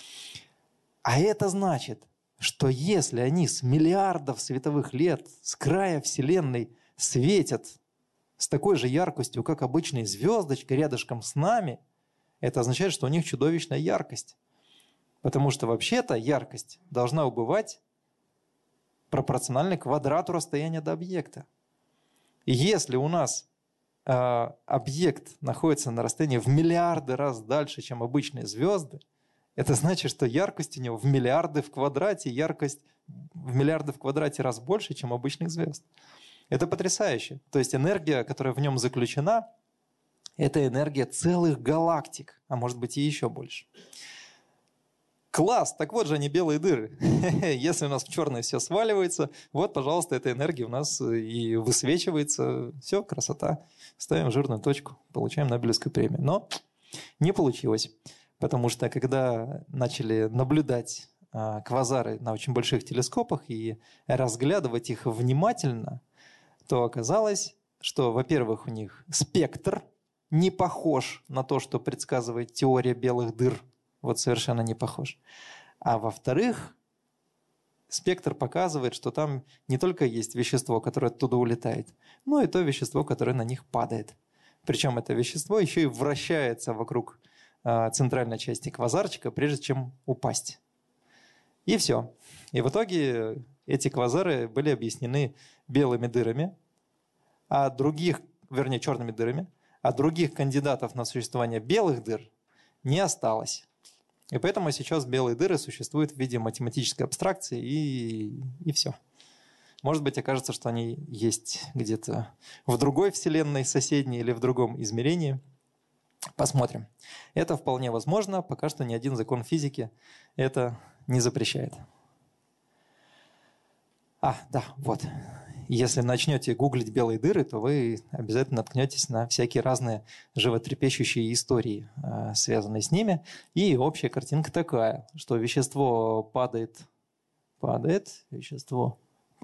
А это значит, что если они с миллиардов световых лет с края Вселенной светят с такой же яркостью, как обычная звездочка рядышком с нами, это означает, что у них чудовищная яркость. Потому что вообще-то яркость должна убывать пропорционально квадрату расстояния до объекта. И если у нас объект находится на расстоянии в миллиарды раз дальше, чем обычные звезды, это значит, что яркость у него в миллиарды в квадрате, яркость в миллиарды в квадрате раз больше, чем обычных звезд. Это потрясающе. То есть энергия, которая в нем заключена, это энергия целых галактик, а может быть и еще больше. Класс! Так вот же они, белые дыры. Если у нас в черное все сваливается, вот, пожалуйста, эта энергия у нас и высвечивается. Все, красота. Ставим жирную точку, получаем Нобелевскую премию. Но не получилось, потому что когда начали наблюдать квазары на очень больших телескопах и разглядывать их внимательно, то оказалось, что, во-первых, у них спектр не похож на то, что предсказывает теория белых дыр. Вот совершенно не похож. А во-вторых, спектр показывает, что там не только есть вещество, которое оттуда улетает, но и то вещество, которое на них падает. Причем это вещество еще и вращается вокруг центральной части квазарчика, прежде чем упасть. И все. И в итоге эти квазары были объяснены белыми дырами, черными дырами, а других кандидатов на существование белых дыр не осталось. И поэтому сейчас белые дыры существуют в виде математической абстракции, и все. Может быть, окажется, что они есть где-то в другой вселенной соседней или в другом измерении. Посмотрим. Это вполне возможно, пока что ни один закон физики это не запрещает. Да, вот. если начнете гуглить белые дыры, то вы обязательно наткнетесь на всякие разные животрепещущие истории, связанные с ними. И общая картинка такая, что вещество падает, вещество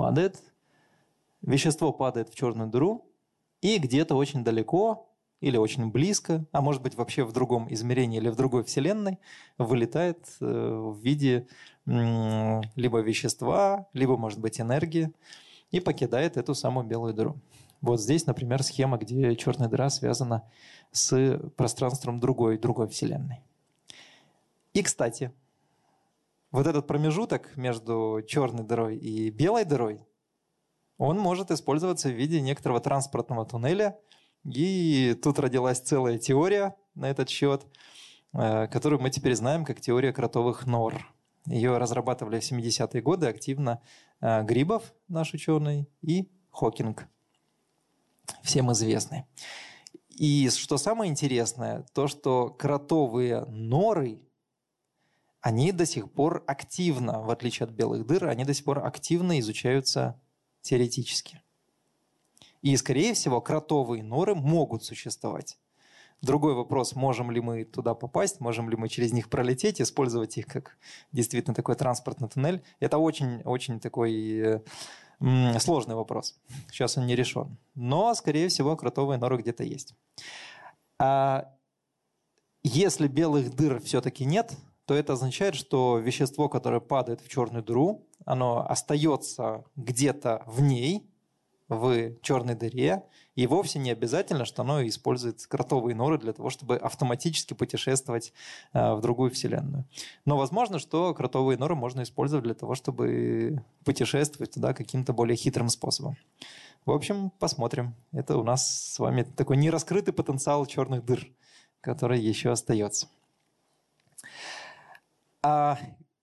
падает в черную дыру, и где-то очень далеко или очень близко, а может быть вообще в другом измерении или в другой вселенной, вылетает в виде либо вещества, либо, может быть, энергии, и покидает эту самую белую дыру. Вот здесь, например, схема, где черная дыра связана с пространством другой вселенной. И, кстати, вот этот промежуток между черной дырой и белой дырой, он может использоваться в виде некоторого транспортного туннеля. И тут родилась целая теория на этот счет, которую мы теперь знаем как теория кротовых нор. Ее разрабатывали в 70-е годы активно Грибов, наш ученый, и Хокинг, всем известный. И что самое интересное, то, что кротовые норы, они до сих пор активно, в отличие от белых дыр, они до сих пор активно изучаются теоретически. И, скорее всего, кротовые норы могут существовать. Другой вопрос, можем ли мы туда попасть, можем ли мы через них пролететь, использовать их как действительно такой транспортный туннель. Это очень такой сложный вопрос. Сейчас он не решен. Но, скорее всего, кротовые норы где-то есть. А если белых дыр все-таки нет, то это означает, что вещество, которое падает в черную дыру, оно остается где-то в ней, в черной дыре, и вовсе не обязательно, что оно использует кротовые норы для того, чтобы автоматически путешествовать в другую вселенную. Но возможно, что кротовые норы можно использовать для того, чтобы путешествовать туда каким-то более хитрым способом. В общем, посмотрим. Это у нас с вами такой нераскрытый потенциал черных дыр, который еще остается. А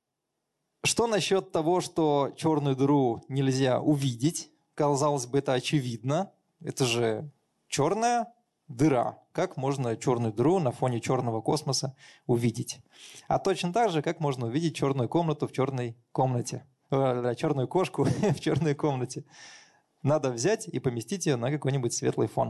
что насчет того, что черную дыру нельзя увидеть? Казалось бы, это очевидно. Это же черная дыра. Как можно черную дыру на фоне черного космоса увидеть? А точно так же, как можно увидеть черную комнату в черной комнате. Черную кошку в черной комнате. Надо взять и поместить ее на какой-нибудь светлый фон.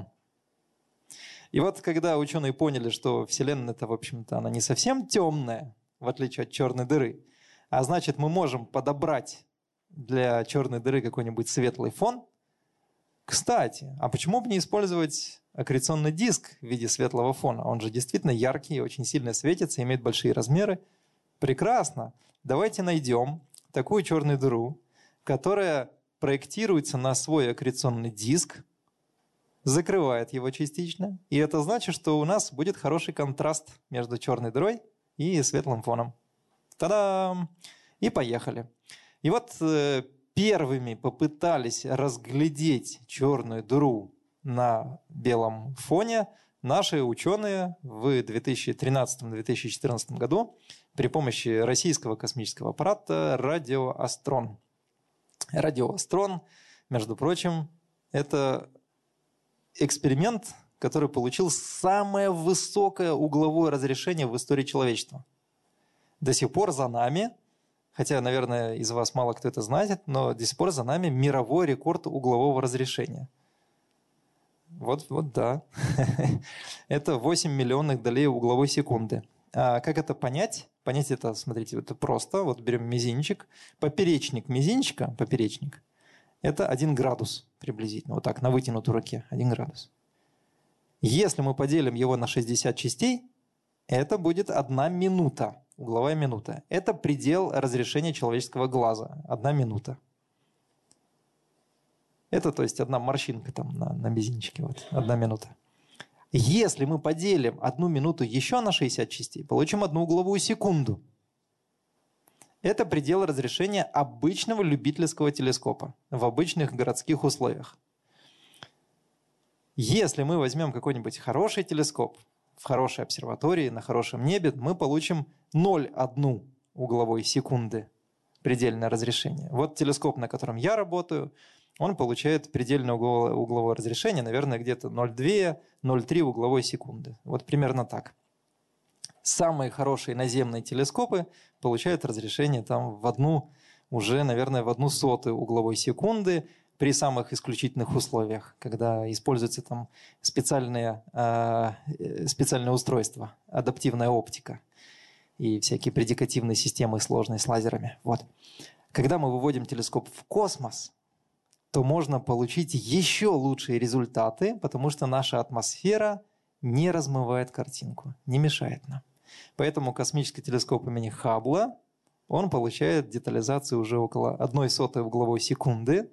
И вот когда ученые поняли, что Вселенная-то, в общем-то, она не совсем темная, в отличие от черной дыры, а значит, мы можем подобрать для черной дыры какой-нибудь светлый фон. Кстати, а почему бы не использовать аккреционный диск в виде светлого фона? Он же действительно яркий, очень сильно светится, имеет большие размеры. Прекрасно. Давайте найдем такую черную дыру, которая проектируется на свой аккреционный диск, закрывает его частично. И это значит, что у нас будет хороший контраст между черной дырой и светлым фоном. Та-дам! И поехали. И вот первыми попытались разглядеть черную дыру на белом фоне наши ученые в 2013-2014 году при помощи российского космического аппарата «Радиоастрон». «Радиоастрон», между прочим, это эксперимент, который получил самое высокое угловое разрешение в истории человечества. До сих пор за нами, хотя, наверное, из вас мало кто это знает, но до сих пор за нами мировой рекорд углового разрешения. Вот да. Это 8 миллионных долей угловой секунды. А как это понять? Понять это, смотрите, это просто. Вот берем мизинчик. Поперечник мизинчика, поперечник, это 1 градус приблизительно. Вот так, на вытянутой руке, 1 градус. Если мы поделим его на 60 частей, это будет 1 минута. Угловая минута. Это предел разрешения человеческого глаза. 1 минута. Это, то есть, 1 морщинка там на мизинчике. Вот, 1 минута. Если мы поделим 1 минуту еще на 60 частей, получим 1 угловую секунду. Это предел разрешения обычного любительского телескопа в обычных городских условиях. Если мы возьмем какой-нибудь хороший телескоп, в хорошей обсерватории, на хорошем небе, мы получим 0,1 угловой секунды предельное разрешение. Вот телескоп, на котором я работаю, он получает предельное угловое разрешение, наверное, где-то 0,2-0,3 угловой секунды. Вот примерно так. Самые хорошие наземные телескопы получают разрешение там уже, наверное, в 1/100 угловой секунды. при самых исключительных условиях, когда используются там специальные устройства, адаптивная оптика и всякие предикативные системы сложные с лазерами. Вот. Когда мы выводим телескоп в космос, то можно получить еще лучшие результаты, потому что наша атмосфера не размывает картинку, не мешает нам. Поэтому космический телескоп имени Хаббла, он получает детализацию уже около 1/100 угловой секунды.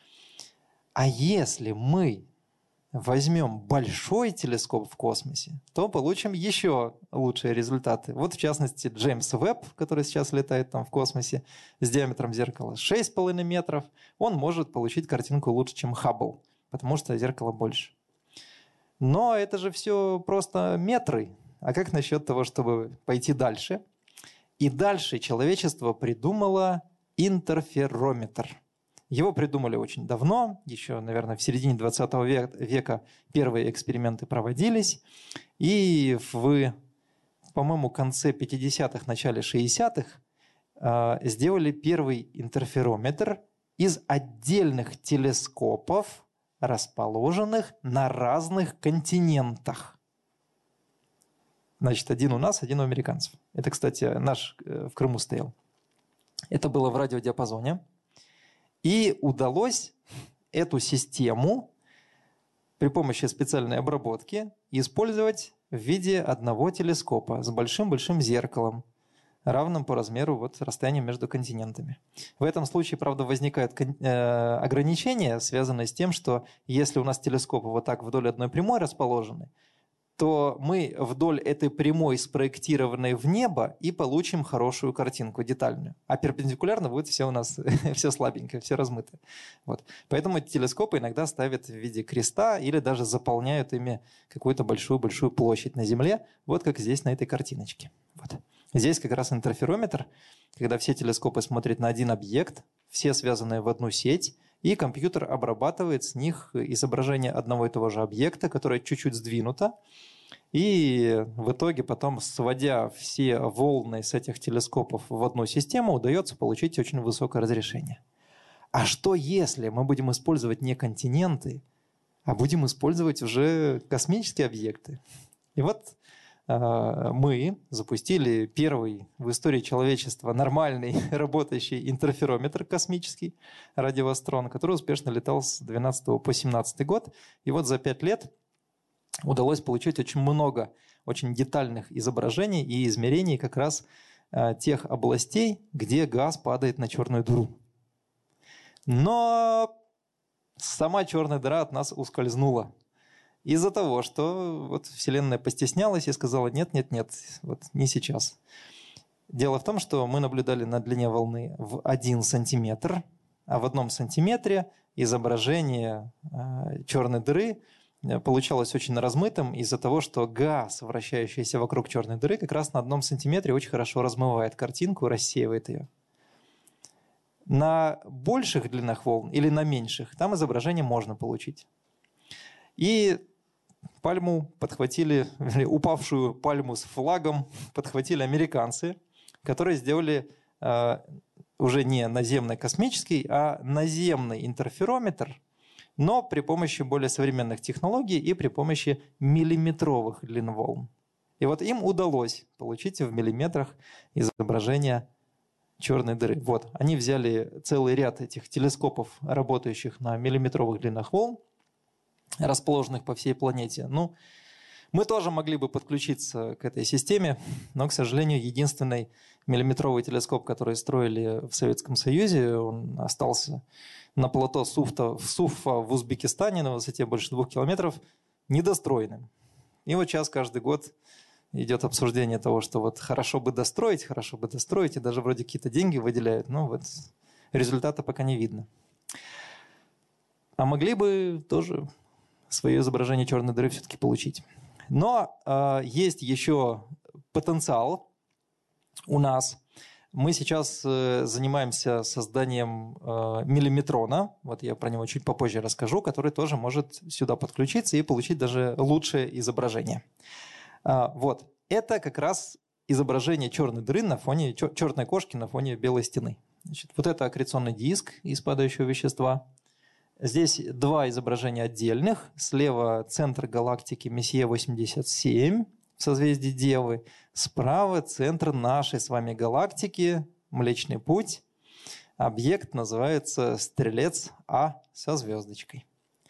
А если мы возьмем большой телескоп в космосе, то получим еще лучшие результаты. Вот в частности Джеймс Уэбб, который сейчас летает там в космосе с диаметром зеркала 6,5 метров, он может получить картинку лучше, чем Хаббл, потому что зеркало больше. Но это же все просто метры. А как насчет того, чтобы пойти дальше? И дальше человечество придумало интерферометр. Его придумали очень давно, еще, наверное, в середине 20 века первые эксперименты проводились. И в, по-моему, конце 50-х, начале 60-х сделали первый интерферометр из отдельных телескопов, расположенных на разных континентах. Значит, один у нас, один у американцев. Это, кстати, наш в Крыму стоял. Это было в радиодиапазоне. И удалось эту систему при помощи специальной обработки использовать в виде одного телескопа с большим-большим зеркалом, равным по размеру вот расстоянию между континентами. В этом случае, правда, возникают ограничения, связанные с тем, что если у нас телескопы вот так вдоль одной прямой расположены, то мы вдоль этой прямой, спроектированной в небо, и получим хорошую картинку, детальную. А перпендикулярно будет все у нас все слабенькое, все размытое. Вот. Поэтому эти телескопы иногда ставят в виде креста или даже заполняют ими какую-то большую-большую площадь на Земле, вот как здесь на этой картиночке. Вот. Здесь как раз интерферометр, когда все телескопы смотрят на один объект, все связанные в одну сеть, и компьютер обрабатывает с них изображение одного и того же объекта, которое чуть-чуть сдвинуто, и в итоге потом, сводя все волны с этих телескопов в одну систему, удается получить очень высокое разрешение. А что если мы будем использовать не континенты, а будем использовать уже космические объекты? И вот мы запустили первый в истории человечества нормальный работающий интерферометр космический радиоастрон, который успешно летал с 2012 по 2017 год. И вот за 5 лет удалось получить очень много очень детальных изображений и измерений как раз тех областей, где газ падает на черную дыру. Но сама черная дыра от нас ускользнула. Из-за того, что вот Вселенная постеснялась и сказала: нет, вот не сейчас. Дело в том, что мы наблюдали на длине волны в 1 сантиметр, а в 1 сантиметре изображение черной дыры получалось очень размытым из-за того, что газ, вращающийся вокруг черной дыры, как раз на 1 сантиметре очень хорошо размывает картинку, рассеивает ее. На больших длинах волн или на меньших там изображение можно получить. И пальму подхватили, упавшую пальму с флагом подхватили американцы, которые сделали уже не наземный космический, а наземный интерферометр, но при помощи более современных технологий и при помощи миллиметровых длин волн. И вот им удалось получить в миллиметрах изображение черной дыры. Вот, они взяли целый ряд этих телескопов, работающих на миллиметровых длинах волн, расположенных по всей планете. Ну, мы тоже могли бы подключиться к этой системе, но, к сожалению, единственный миллиметровый телескоп, который строили в Советском Союзе, он остался на плато Суффа в Узбекистане на высоте больше 2 километров недостроенным. И вот сейчас каждый год идет обсуждение того, что вот хорошо бы достроить, и даже вроде какие-то деньги выделяют, но вот результата пока не видно. А могли бы тоже свое изображение черной дыры все-таки получить. Но есть еще потенциал у нас. Мы сейчас занимаемся созданием миллиметрона, вот я про него чуть попозже расскажу, который тоже может сюда подключиться и получить даже лучшее изображение. Вот. Это как раз изображение черной дыры на фоне черной кошки на фоне белой стены. Значит, вот это аккреционный диск из падающего вещества. Здесь два изображения отдельных. Слева центр галактики Мессия-87 в созвездии Девы. Справа центр нашей с вами галактики, Млечный Путь. Объект называется Стрелец А со звездочкой.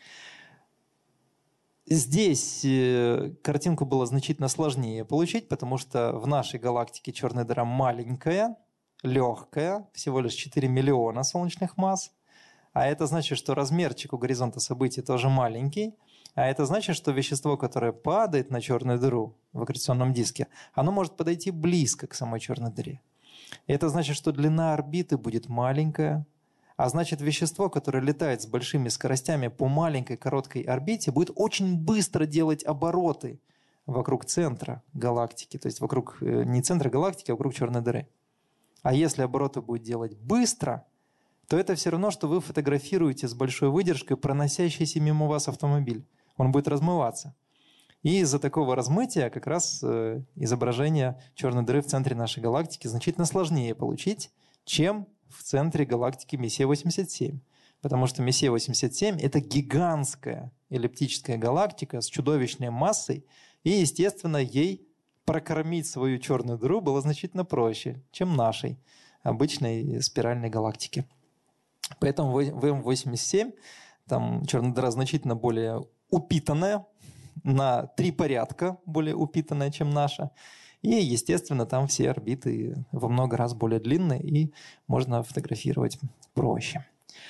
Здесь картинку было значительно сложнее получить, потому что в нашей галактике черная дыра маленькая, легкая, всего лишь 4 миллиона солнечных масс. А это значит, что размерчик у горизонта событий тоже маленький. А это значит, что вещество, которое падает на черную дыру в аккреционном диске, оно может подойти близко к самой черной дыре. И это значит, что длина орбиты будет маленькая. А значит, вещество, которое летает с большими скоростями по маленькой короткой орбите, будет очень быстро делать обороты вокруг центра галактики. То есть вокруг не центра галактики, а вокруг черной дыры. А если обороты будет делать быстро, то это все равно, что вы фотографируете с большой выдержкой проносящийся мимо вас автомобиль. Он будет размываться. И из-за такого размытия как раз изображение черной дыры в центре нашей галактики значительно сложнее получить, чем в центре галактики Мессия-87. Потому что Мессия-87 – это гигантская эллиптическая галактика с чудовищной массой, и, естественно, ей прокормить свою черную дыру было значительно проще, чем нашей обычной спиральной галактики. Поэтому в М87 там черная дыра значительно более упитанная, на 3 порядка более упитанная, чем наша. И, естественно, там все орбиты во много раз более длинные, и можно фотографировать проще.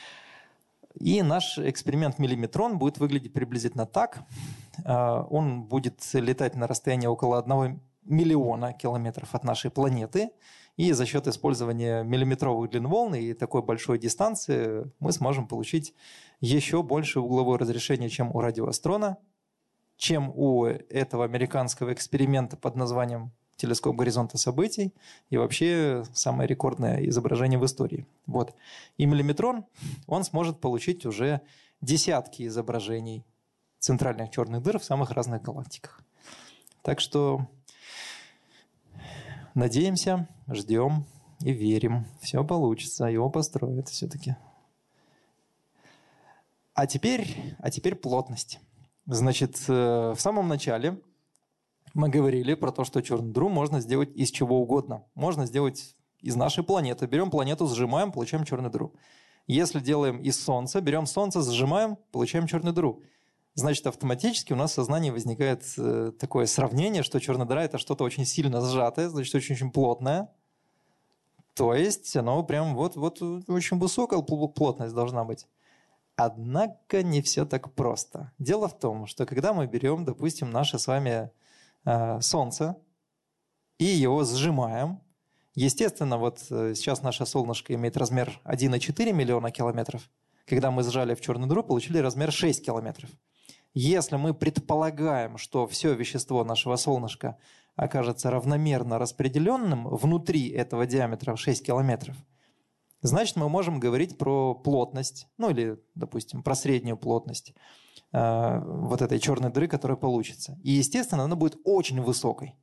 И наш эксперимент «Миллиметрон» будет выглядеть приблизительно так. Он будет летать на расстоянии около 1 миллиона километров от нашей планеты. И за счет использования миллиметровых длин волн и такой большой дистанции мы сможем получить еще больше угловое разрешение, чем у радиоастрона, чем у этого американского эксперимента под названием телескоп горизонта событий и вообще самое рекордное изображение в истории. Вот. И миллиметрон, он сможет получить уже десятки изображений центральных черных дыр в самых разных галактиках. Так что надеемся, ждем и верим. Все получится, его построят все-таки. А теперь плотность. Значит, в самом начале мы говорили про то, что черную дыру можно сделать из чего угодно. Можно сделать из нашей планеты. Берем планету, сжимаем, получаем черную дыру. Если делаем из Солнца, берем Солнце, сжимаем, получаем черную дыру. Значит, автоматически у нас в сознании возникает такое сравнение, что черная дыра – это что-то очень сильно сжатое, значит, очень-очень плотное. То есть оно прям вот очень высокая плотность должна быть. Однако не все так просто. Дело в том, что когда мы берем, допустим, наше с вами Солнце и его сжимаем, естественно, вот сейчас наше солнышко имеет размер 1,4 миллиона километров. Когда мы сжали в черную дыру, получили размер 6 километров. Если мы предполагаем, что все вещество нашего солнышка окажется равномерно распределенным внутри этого диаметра в 6 километров, значит, мы можем говорить про плотность, ну или, допустим, про среднюю плотность вот этой черной дыры, которая получится. И, естественно, она будет очень высокой.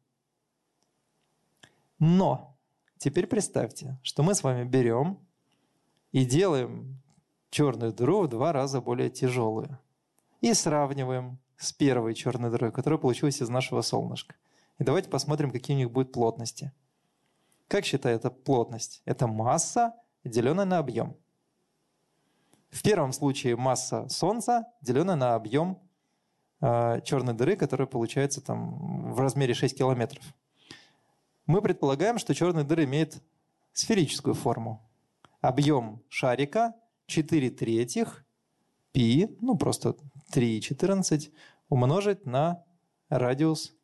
Но теперь представьте, что мы с вами берем и делаем черную дыру в 2 раза более тяжелую. И сравниваем с первой черной дырой, которая получилась из нашего солнышка. И давайте посмотрим, какие у них будут плотности. Как считается плотность? Это масса, деленная на объем. В первом случае масса Солнца, деленная на объем черной дыры, которая получается там в размере 6 километров. Мы предполагаем, что черная дыра имеет сферическую форму. Объем шарика 4/3 π, ну просто 3,14, умножить на радиус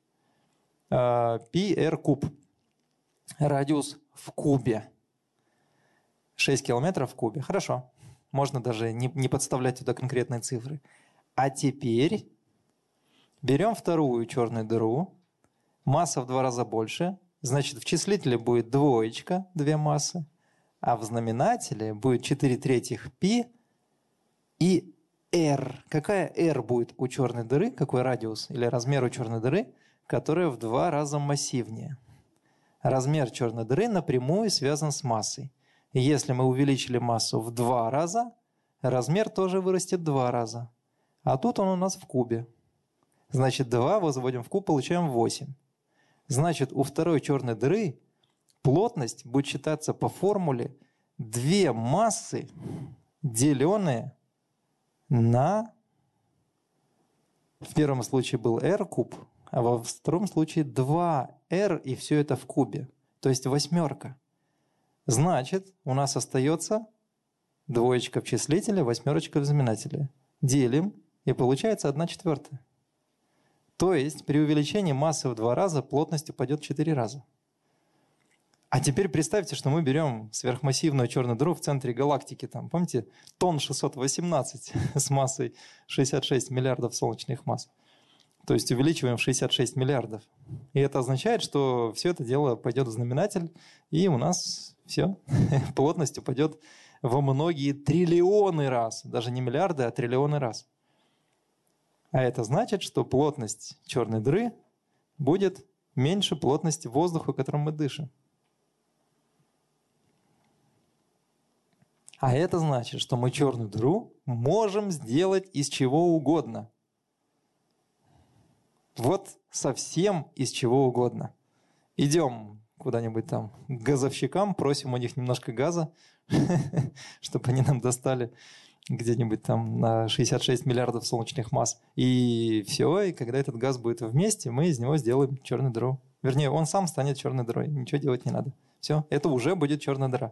πr куб. Радиус в кубе. 6 километров в кубе. Хорошо. Можно даже не подставлять туда конкретные цифры. А теперь берем вторую черную дыру. Масса в 2 раза больше. Значит, в числителе будет 2, 2 массы. А в знаменателе будет 4/3 π и r. Какая r будет у черной дыры? Какой радиус или размер у черной дыры? Которая в 2 раза массивнее. Размер черной дыры напрямую связан с массой. И если мы увеличили массу в 2 раза, размер тоже вырастет в 2 раза. А тут он у нас в кубе. Значит, 2 возводим в куб, получаем 8. Значит, у второй черной дыры плотность будет считаться по формуле 2 массы, деленные на... В первом случае был r куб, а во втором случае 2r, и все это в кубе. То есть 8. Значит, у нас остается 2 в числителе, 8 в знаменателе. Делим, и получается 1/4. То есть при увеличении массы в 2 раза плотность упадет в 4 раза. А теперь представьте, что мы берем сверхмассивную черную дыру в центре галактики, там, помните, тонн 618 с массой 66 миллиардов солнечных масс. То есть увеличиваем в 66 миллиардов. И это означает, что все это дело пойдет в знаменатель, и у нас все, плотность упадет во многие триллионы раз. Даже не миллиарды, а триллионы раз. А это значит, что плотность черной дыры будет меньше плотности воздуха, которым мы дышим. А это значит, что мы черную дыру можем сделать из чего угодно. Вот совсем из чего угодно. Идем куда-нибудь там к газовщикам, просим у них немножко газа, чтобы они нам достали где-нибудь там на 66 миллиардов солнечных масс. И все, и когда этот газ будет вместе, мы из него сделаем черную дыру. Вернее, он сам станет черной дырой, ничего делать не надо. Все, это уже будет черная дыра.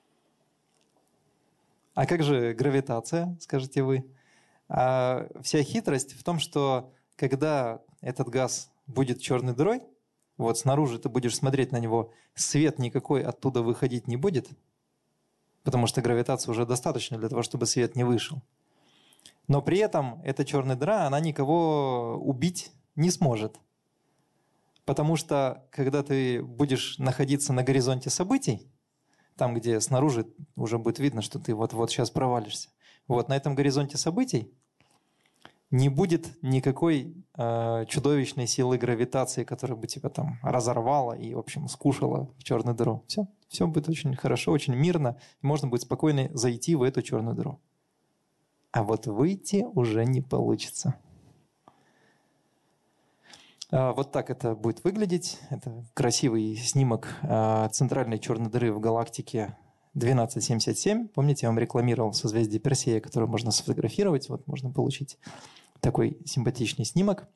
А как же гравитация, скажете вы? А вся хитрость в том, что когда этот газ будет черной дырой, вот снаружи ты будешь смотреть на него, свет никакой оттуда выходить не будет, потому что гравитация уже достаточно для того, чтобы свет не вышел. Но при этом эта черная дыра, она никого убить не сможет. Потому что когда ты будешь находиться на горизонте событий, там, где снаружи уже будет видно, что ты вот-вот сейчас провалишься. Вот на этом горизонте событий не будет никакой чудовищной силы гравитации, которая бы тебя там разорвала и, в общем, скушала в черную дыру. Все будет очень хорошо, очень мирно, и можно будет спокойно зайти в эту черную дыру. А вот выйти уже не получится. Вот так это будет выглядеть. Это красивый снимок центральной черной дыры в галактике 1277. Помните, я вам рекламировал созвездие Персея, которое можно сфотографировать. Вот можно получить такой симпатичный снимок.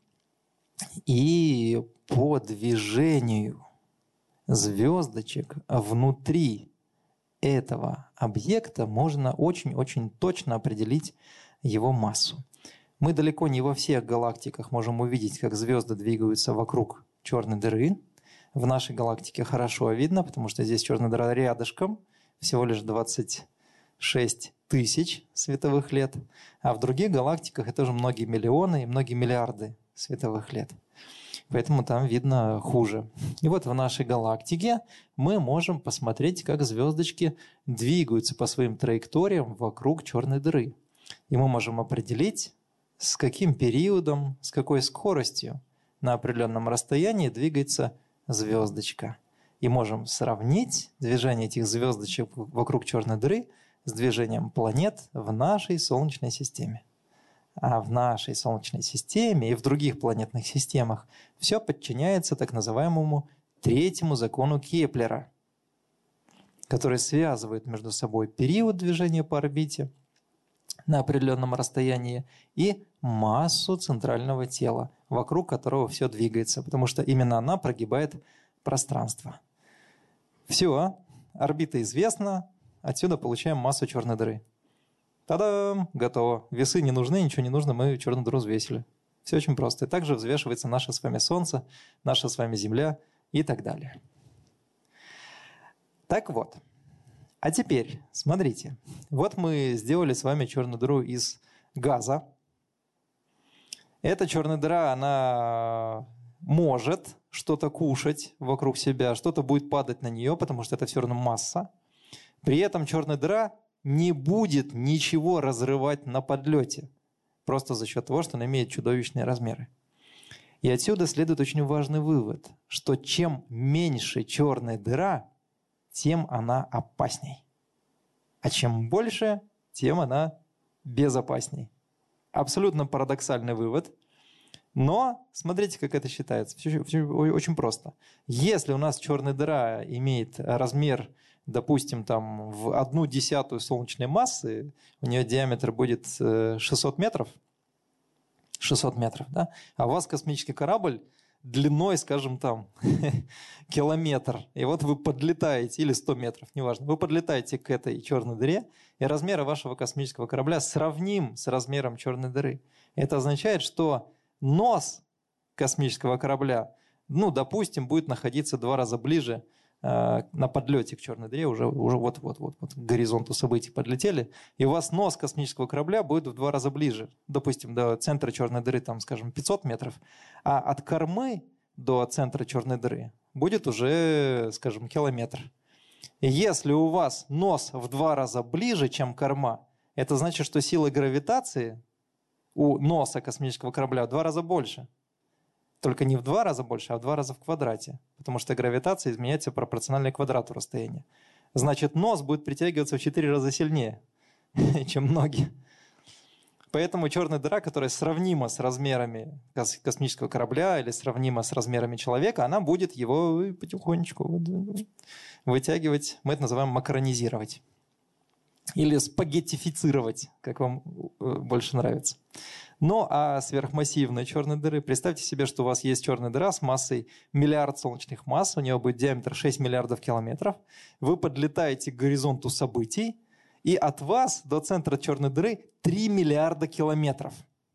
И по движению звездочек внутри этого объекта можно очень-очень точно определить его массу. Мы далеко не во всех галактиках можем увидеть, как звезды двигаются вокруг черной дыры. В нашей галактике хорошо видно, потому что здесь черная дыра рядышком, всего лишь 26 тысяч световых лет. А в других галактиках это уже многие миллионы и многие миллиарды световых лет. Поэтому там видно хуже. И вот в нашей галактике мы можем посмотреть, как звездочки двигаются по своим траекториям вокруг черной дыры. И мы можем определить, с каким периодом, с какой скоростью на определенном расстоянии двигается звездочка. И можем сравнить движение этих звездочек вокруг черной дыры с движением планет в нашей Солнечной системе. А в нашей Солнечной системе и в других планетных системах все подчиняется так называемому третьему закону Кеплера, который связывает между собой период движения по орбите на определенном расстоянии и массу центрального тела, вокруг которого все двигается, потому что именно она прогибает пространство. Все, орбита известна, отсюда получаем массу черной дыры. Та-дам! Готово. Весы не нужны, ничего не нужно, мы черную дыру взвесили. Все очень просто. И также взвешивается наше с вами Солнце, наша с вами Земля и так далее. Так вот. А теперь, смотрите. Вот мы сделали с вами черную дыру из газа. Эта черная дыра, она может что-то кушать вокруг себя, что-то будет падать на нее, потому что это все равно масса. При этом черная дыра не будет ничего разрывать на подлете, просто за счет того, что она имеет чудовищные размеры. И отсюда следует очень важный вывод, что чем меньше черная дыра, тем она опасней. А чем больше, тем она безопасней. Абсолютно парадоксальный вывод. Но смотрите, как это считается. Все очень просто. Если у нас черная дыра имеет размер, допустим, там, в 1/10 солнечной массы, у нее диаметр будет 600 метров, 600 метров, да? А у вас космический корабль длиной, скажем, там, километр. И вот вы подлетаете, или 100 метров, неважно, вы подлетаете к этой черной дыре, и размеры вашего космического корабля сравним с размером черной дыры. Это означает, что нос космического корабля, ну, допустим, будет находиться в 2 раза ближе на подлете к черной дыре, уже вот к горизонту событий подлетели, и у вас нос космического корабля будет в 2 раза ближе, допустим, до центра черной дыры, там, скажем, 500 метров, а от кормы до центра черной дыры будет уже, скажем, километр. И если у вас нос в 2 раза ближе, чем корма, это значит, что сила гравитации у носа космического корабля в 2 раза больше. Только не в 2 раза больше, а в 2 раза в квадрате. Потому что гравитация изменяется пропорционально квадрату расстояния. Значит, нос будет притягиваться в 4 раза сильнее, чем ноги. Поэтому черная дыра, которая сравнима с размерами космического корабля или сравнима с размерами человека, она будет его потихонечку вытягивать. Мы это называем макронизировать. Или спагеттифицировать, как вам больше нравится. Ну, а сверхмассивные черные дыры, представьте себе, что у вас есть черная дыра с массой 1 миллиард солнечных масс, у нее будет диаметр 6 миллиардов километров, вы подлетаете к горизонту событий, и от вас до центра черной дыры 3 миллиарда километров.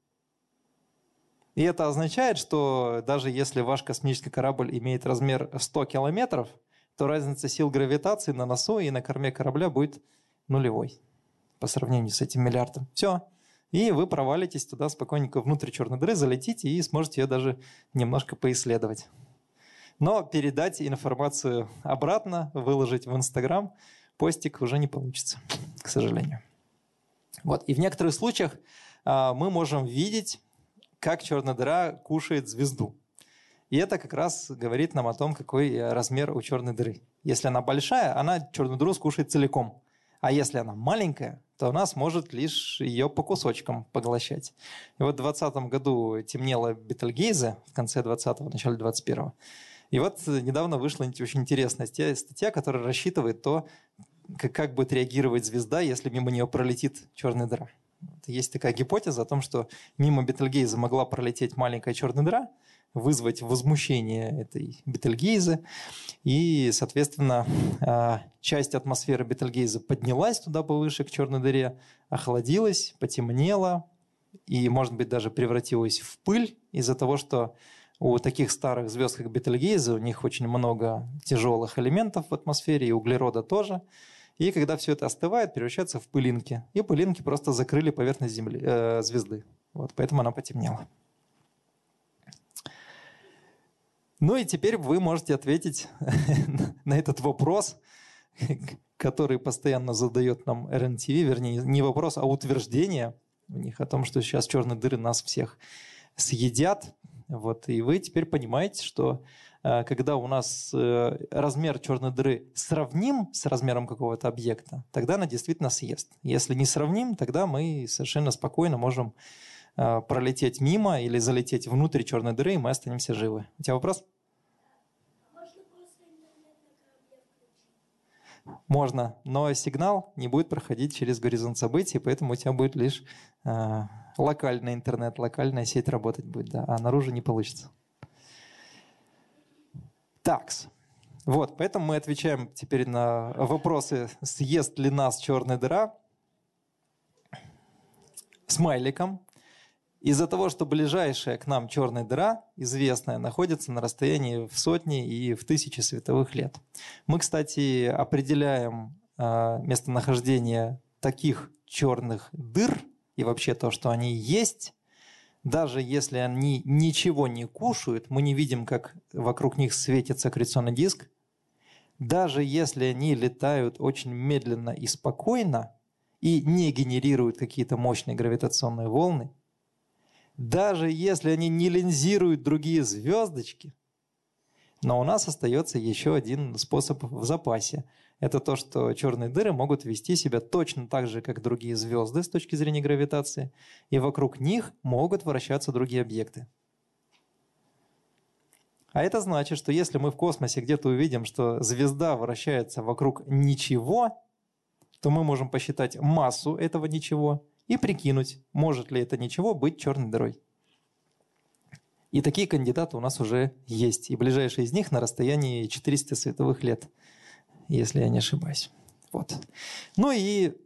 И это означает, что даже если ваш космический корабль имеет размер 100 километров, то разница сил гравитации на носу и на корме корабля будет нулевой по сравнению с этим миллиардом. Все. И вы провалитесь туда спокойненько внутрь черной дыры, залетите и сможете ее даже немножко поисследовать. Но передать информацию обратно, выложить в Инстаграм, постик уже не получится, к сожалению. Вот. И в некоторых случаях мы можем видеть, как черная дыра кушает звезду. И это как раз говорит нам о том, какой размер у черной дыры. Если она большая, она черную дыру скушает целиком. А если она маленькая, то она сможет лишь ее по кусочкам поглощать. И вот в 2020 году темнело Бетельгейзе, в конце 20-го, в начале 21-го. И вот недавно вышла очень интересная статья, которая рассчитывает то, как будет реагировать звезда, если мимо нее пролетит черная дыра. Есть такая гипотеза о том, что мимо Бетельгейзе могла пролететь маленькая черная дыра, вызвать возмущение этой Бетельгейзе, и, соответственно, часть атмосферы Бетельгейзе поднялась туда повыше, к черной дыре, охладилась, потемнела и, может быть, даже превратилась в пыль из-за того, что у таких старых звезд, как Бетельгейзе, у них очень много тяжелых элементов в атмосфере, и углерода тоже. И когда все это остывает, превращается в пылинки. И пылинки просто закрыли поверхность звезды. Вот, поэтому она потемнела. Ну и теперь вы можете ответить на этот вопрос, который постоянно задает нам РНТВ, вернее, не вопрос, а утверждение у них о том, что сейчас черные дыры нас всех съедят. Вот. И вы теперь понимаете, что когда у нас размер черной дыры сравним с размером какого-то объекта, тогда она действительно съест. Если не сравним, тогда мы совершенно спокойно можем пролететь мимо или залететь внутрь черной дыры, и мы останемся живы. У тебя вопрос? Можно, но сигнал не будет проходить через горизонт событий, поэтому у тебя будет лишь локальный интернет, локальная сеть работать будет, да, а наружу не получится. Такс. Вот, поэтому мы отвечаем теперь на вопросы, съест ли нас черная дыра, смайликом. Из-за того, что ближайшая к нам черная дыра, известная, находится на расстоянии в сотни и в тысячи световых лет. Мы, кстати, определяем местонахождение таких черных дыр и вообще то, что они есть, даже если они ничего не кушают, мы не видим, как вокруг них светится аккреционный диск, даже если они летают очень медленно и спокойно и не генерируют какие-то мощные гравитационные волны, даже если они не линзируют другие звездочки, Но у нас остается еще один способ в запасе. Это то, что черные дыры могут вести себя точно так же, как другие звезды с точки зрения гравитации, и вокруг них могут вращаться другие объекты. А это значит, что если мы в космосе где-то увидим, что звезда вращается вокруг ничего, то мы можем посчитать массу этого ничего и прикинуть, может ли это ничего быть черной дырой. И такие кандидаты у нас уже есть. И ближайший из них на расстоянии 400 световых лет, если я не ошибаюсь. Вот. Ну и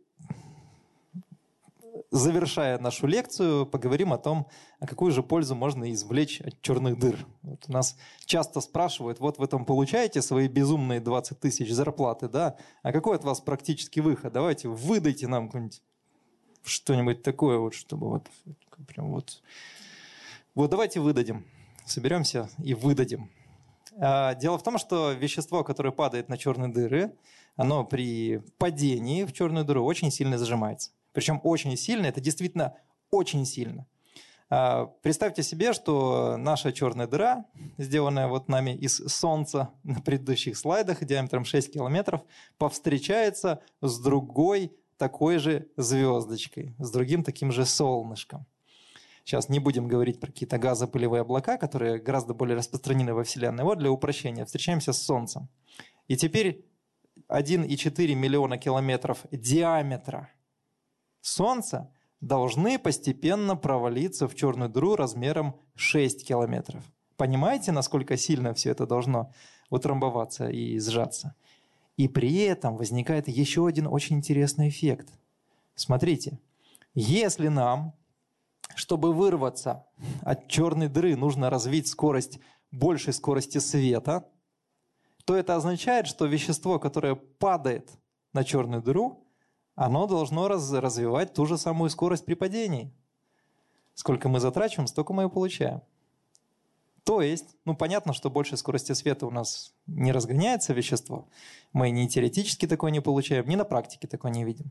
завершая нашу лекцию, поговорим о том, а какую же пользу можно извлечь от черных дыр. Вот у нас часто спрашивают, вот вы там получаете свои безумные 20 тысяч зарплаты, да? А какой от вас практический выход? Давайте выдайте нам что-нибудь такое, вот, чтобы вот прям вот... Вот давайте выдадим. Соберемся и выдадим. Дело в том, что вещество, которое падает на черные дыры, оно при падении в черную дыру очень сильно зажимается. Причем очень сильно, это действительно очень сильно. Представьте себе, что наша черная дыра, сделанная вот нами из Солнца на предыдущих слайдах диаметром 6 километров, повстречается с другой такой же звездочкой, с другим таким же солнышком. Сейчас не будем говорить про какие-то газопылевые облака, которые гораздо более распространены во Вселенной. Вот для упрощения. Встречаемся с Солнцем. И теперь 1,4 миллиона километров диаметра Солнца должны постепенно провалиться в черную дыру размером 6 километров. Понимаете, насколько сильно все это должно утрамбоваться и сжаться? И при этом возникает еще один очень интересный эффект. Смотрите, если нам, чтобы вырваться от черной дыры, нужно развить скорость больше скорости света, то это означает, что вещество, которое падает на черную дыру, оно должно развивать ту же самую скорость при падении. Сколько мы затрачиваем, столько мы и получаем. То есть, понятно, что больше скорости света у нас не разгоняется вещество. Мы ни теоретически такое не получаем, ни на практике такое не видим.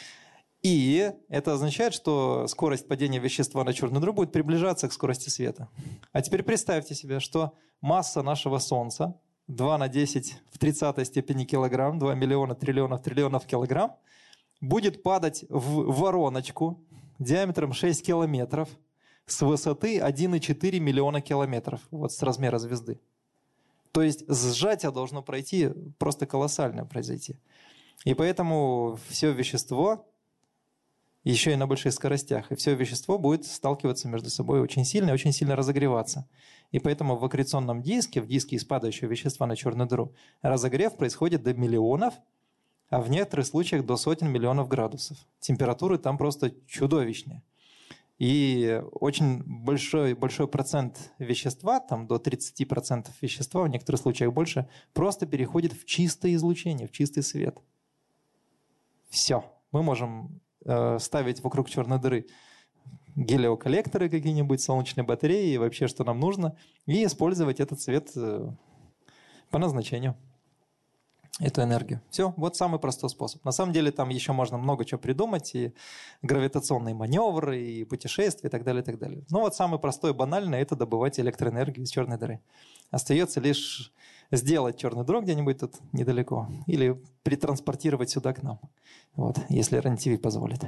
И это означает, что скорость падения вещества на черную дыру будет приближаться к скорости света. А теперь представьте себе, что масса нашего Солнца 2 на 10 в 30 степени килограмм, 2 миллиона триллионов килограмм, будет падать в вороночку диаметром 6 километров с высоты 1,4 миллиона километров, вот с размера звезды. То есть сжатие должно пройти просто колоссальное произойти. И поэтому все вещество, еще и на больших скоростях, и все вещество будет сталкиваться между собой очень сильно и очень сильно разогреваться. И поэтому в аккреционном диске, в диске из падающего вещества на черную дыру, разогрев происходит до миллионов, а в некоторых случаях до сотен миллионов градусов. Температуры там просто чудовищные. И очень большой процент вещества, там до 30% вещества, в некоторых случаях больше, просто переходит в чистое излучение, в чистый свет. Все. Мы можем ставить вокруг черной дыры гелиоколлекторы какие-нибудь, солнечные батареи, вообще что нам нужно, и использовать этот свет по назначению, эту энергию. Все, вот самый простой способ. На самом деле там еще можно много чего придумать, и гравитационные маневры, и путешествия, и так далее, и так далее. Но вот самый простой и банальный – это добывать электроэнергию из черной дыры. Остается лишь сделать черную дыру где-нибудь тут недалеко или притранспортировать сюда к нам, вот, если РЕН-ТВ позволит.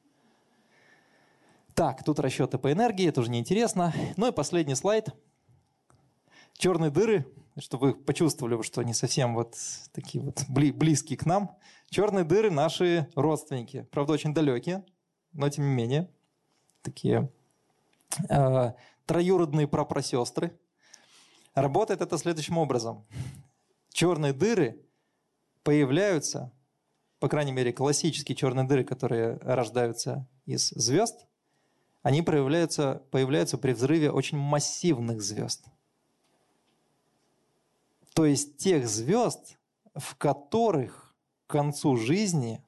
Так, тут расчеты по энергии, это уже неинтересно. Ну и последний слайд. Черные дыры, чтобы вы почувствовали, что они совсем вот такие вот близкие к нам. Черные дыры наши родственники, правда очень далекие, но тем не менее такие троюродные прапрасестры. Работает это следующим образом. Черные дыры появляются, по крайней мере классические черные дыры, которые рождаются из звезд, они появляются при взрыве очень массивных звезд. То есть тех звезд, в которых к концу жизни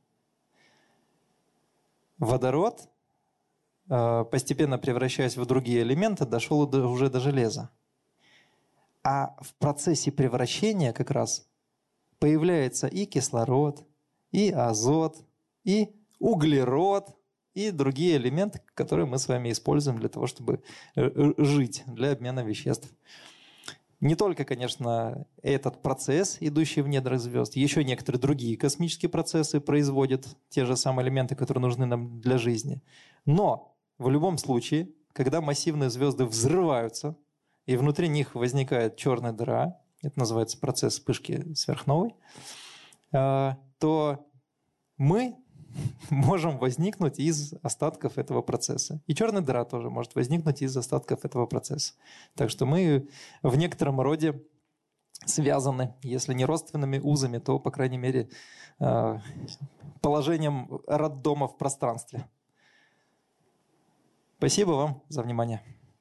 водород, постепенно превращаясь в другие элементы, дошел уже до железа. А в процессе превращения как раз появляется и кислород, и азот, и углерод, и другие элементы, которые мы с вами используем для того, чтобы жить, для обмена веществ. Не только, конечно, этот процесс, идущий в недрах звезд, еще некоторые другие космические процессы производят те же самые элементы, которые нужны нам для жизни. Но в любом случае, когда массивные звезды взрываются, и внутри них возникает черная дыра, это называется процесс вспышки сверхновой, то мы можем возникнуть из остатков этого процесса. И черная дыра тоже может возникнуть из остатков этого процесса. Так что мы в некотором роде связаны, если не родственными узами, то, по крайней мере, положением роддома в пространстве. Спасибо вам за внимание.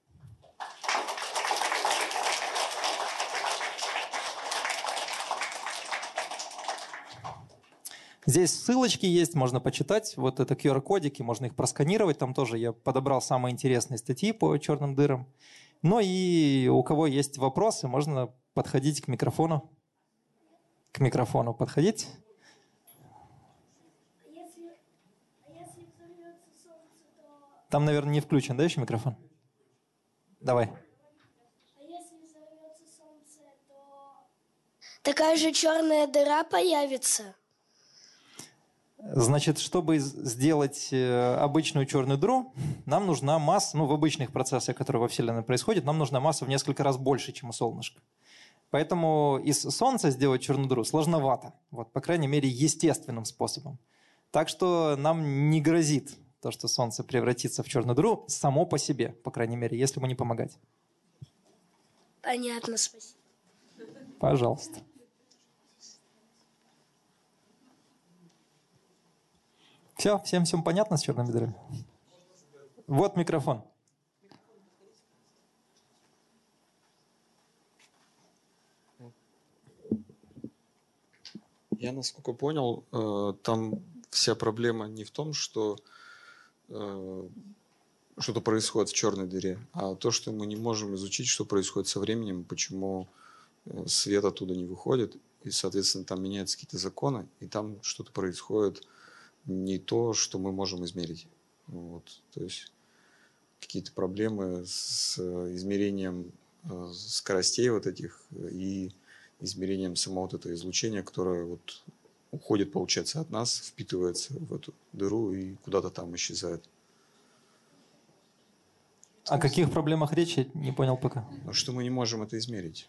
Здесь ссылочки есть, можно почитать. Вот это QR-кодики, можно их просканировать. Там тоже я подобрал самые интересные статьи по черным дырам. Ну и у кого есть вопросы, можно подходить к микрофону. К микрофону подходить. Если взорвется солнце, то... Там, наверное, не включен, да, еще микрофон? Давай. А если взорвется солнце, то... Такая же черная дыра появится? Значит, чтобы сделать обычную черную дыру, нам нужна масса, в обычных процессах, которые во Вселенной происходят, нам нужна масса в несколько раз больше, чем у солнышка. Поэтому из Солнца сделать черную дыру сложновато, по крайней мере, естественным способом. Так что нам не грозит то, что Солнце превратится в черную дыру само по себе, по крайней мере, если ему не помогать. Понятно, спасибо. Пожалуйста. Все, всем понятно с черными дырами? Вот микрофон. Я, насколько понял, там вся проблема не в том, что что-то происходит в черной дыре, а то, что мы не можем изучить, что происходит со временем, почему свет оттуда не выходит, и, соответственно, там меняются какие-то законы, и там что-то происходит не то, что мы можем измерить. То есть какие-то проблемы с измерением скоростей этих и измерением самого этого излучения, которое уходит, получается, от нас, впитывается в эту дыру и куда-то там исчезает. О каких проблемах речь, я не понял пока. Что мы не можем это измерить.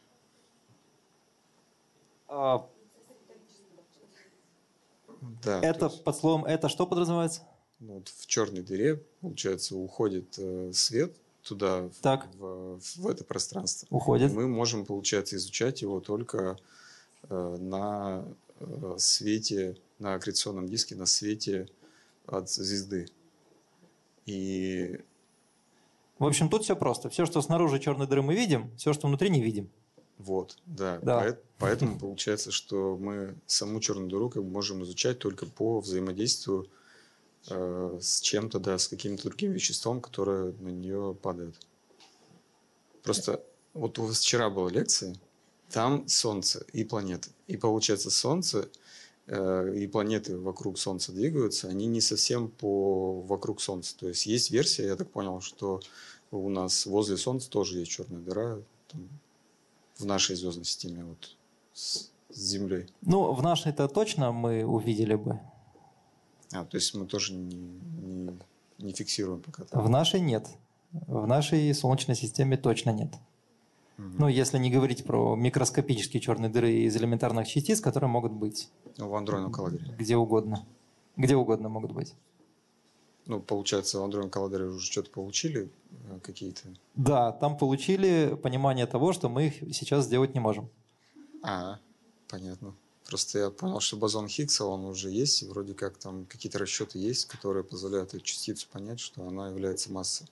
Да, это под словом «это» что подразумевается? В черной дыре, получается, уходит свет туда, в это пространство. Уходит. И мы можем, получается, изучать его только на свете, на аккреционном диске, на свете от звезды. И... В общем, тут все просто. Все, что снаружи черной дыры мы видим, все, что внутри, не видим. Да. Поэтому получается, что мы саму черную дыру можем изучать только по взаимодействию с чем-то, с каким-то другим веществом, которое на нее падает. Просто у вас вчера была лекция, там Солнце и планеты. И получается, Солнце и планеты вокруг Солнца двигаются, они не совсем вокруг Солнца. То есть есть версия, я так понял, что у нас возле Солнца тоже есть черная дыра, в нашей звездной системе, с Землей. В нашей-то точно мы увидели бы. То есть мы тоже не фиксируем пока. В нашей нет. В нашей Солнечной системе точно нет. Угу. Если не говорить про микроскопические черные дыры из элементарных частиц, которые могут быть. В андронном коллайдере. Где угодно. Где угодно могут быть. Получается, в андронном коллайдере уже что-то получили какие-то? Да, там получили понимание того, что мы их сейчас сделать не можем. Понятно. Просто я понял, что бозон Хиггса, он уже есть, и вроде как там какие-то расчеты есть, которые позволяют эту частицу понять, что она является массой.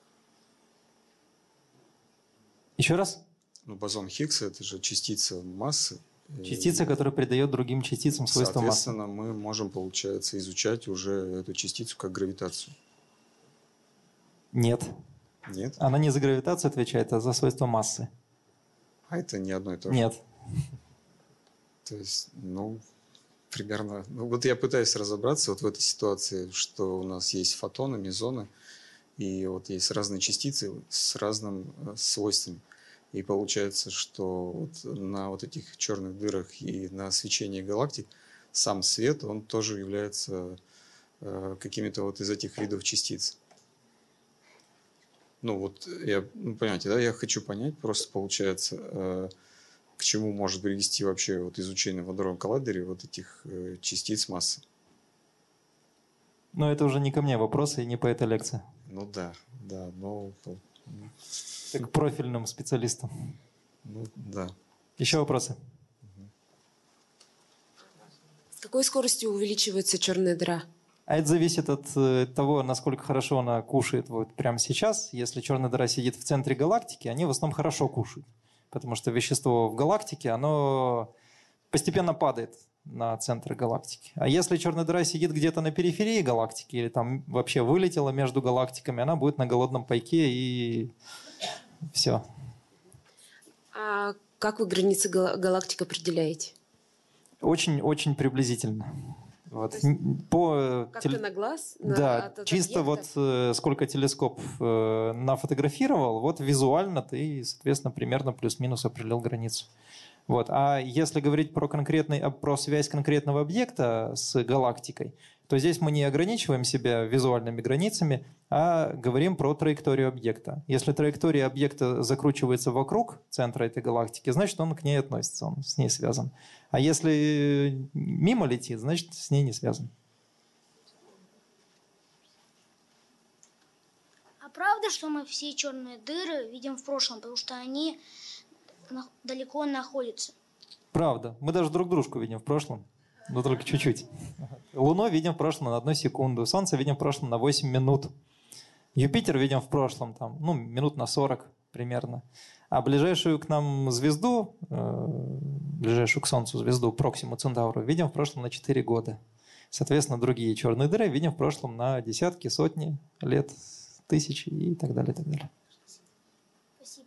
Еще раз? Бозон Хиггса – это же частица массы. Частица, которая придает другим частицам свойства массы. Соответственно, мы можем, получается, изучать уже эту частицу как гравитацию. Нет. Нет? Она не за гравитацию отвечает, а за свойства массы. А это не одно и то же? Нет. То есть, примерно... я пытаюсь разобраться в этой ситуации, что у нас есть фотоны, мезоны, и есть разные частицы с разными свойствами. И получается, что вот на вот этих черных дырах и на свечении галактик сам свет, он тоже является какими-то вот из этих видов частиц. Ну вот, понимаете, да, я хочу понять, просто получается, к чему может привести вообще вот изучение в водородном коллайдере вот этих частиц массы. Но это уже не ко мне вопросы и не по этой лекции. Ну да, но... Так к профильным специалистам. Ну да. Еще вопросы? С какой скоростью увеличивается черная дыра? А это зависит от того, насколько хорошо она кушает вот прямо сейчас. Если черная дыра сидит в центре галактики, они в основном хорошо кушают. Потому что вещество в галактике, оно постепенно падает на центр галактики. А если черная дыра сидит где-то на периферии галактики или там вообще вылетела между галактиками, она будет на голодном пайке и все. А как вы границы галактик определяете? Очень приблизительно. Вот. Как-то на глаз? Да, чисто объекта? Вот сколько телескоп нафотографировал, вот визуально ты, соответственно, примерно плюс-минус определил границу. Вот. А если говорить про связь конкретного объекта с галактикой, то здесь мы не ограничиваем себя визуальными границами, а говорим про траекторию объекта. Если траектория объекта закручивается вокруг центра этой галактики, значит, он к ней относится, он с ней связан. А если мимо летит, значит, с ней не связан. А правда, что мы все черные дыры видим в прошлом, потому что они далеко находятся? Правда. Мы даже друг дружку видим в прошлом, но только чуть-чуть. Луну видим в прошлом на 1 секунду, Солнце видим в прошлом на 8 минут. Юпитер видим в прошлом минут на 40 примерно. А ближайшую к нам звезду, ближайшую к Солнцу звезду, Проксиму Центавру, видим в прошлом на 4 года. Соответственно, другие черные дыры видим в прошлом на десятки, сотни лет, тысячи и так далее, и так далее. Спасибо.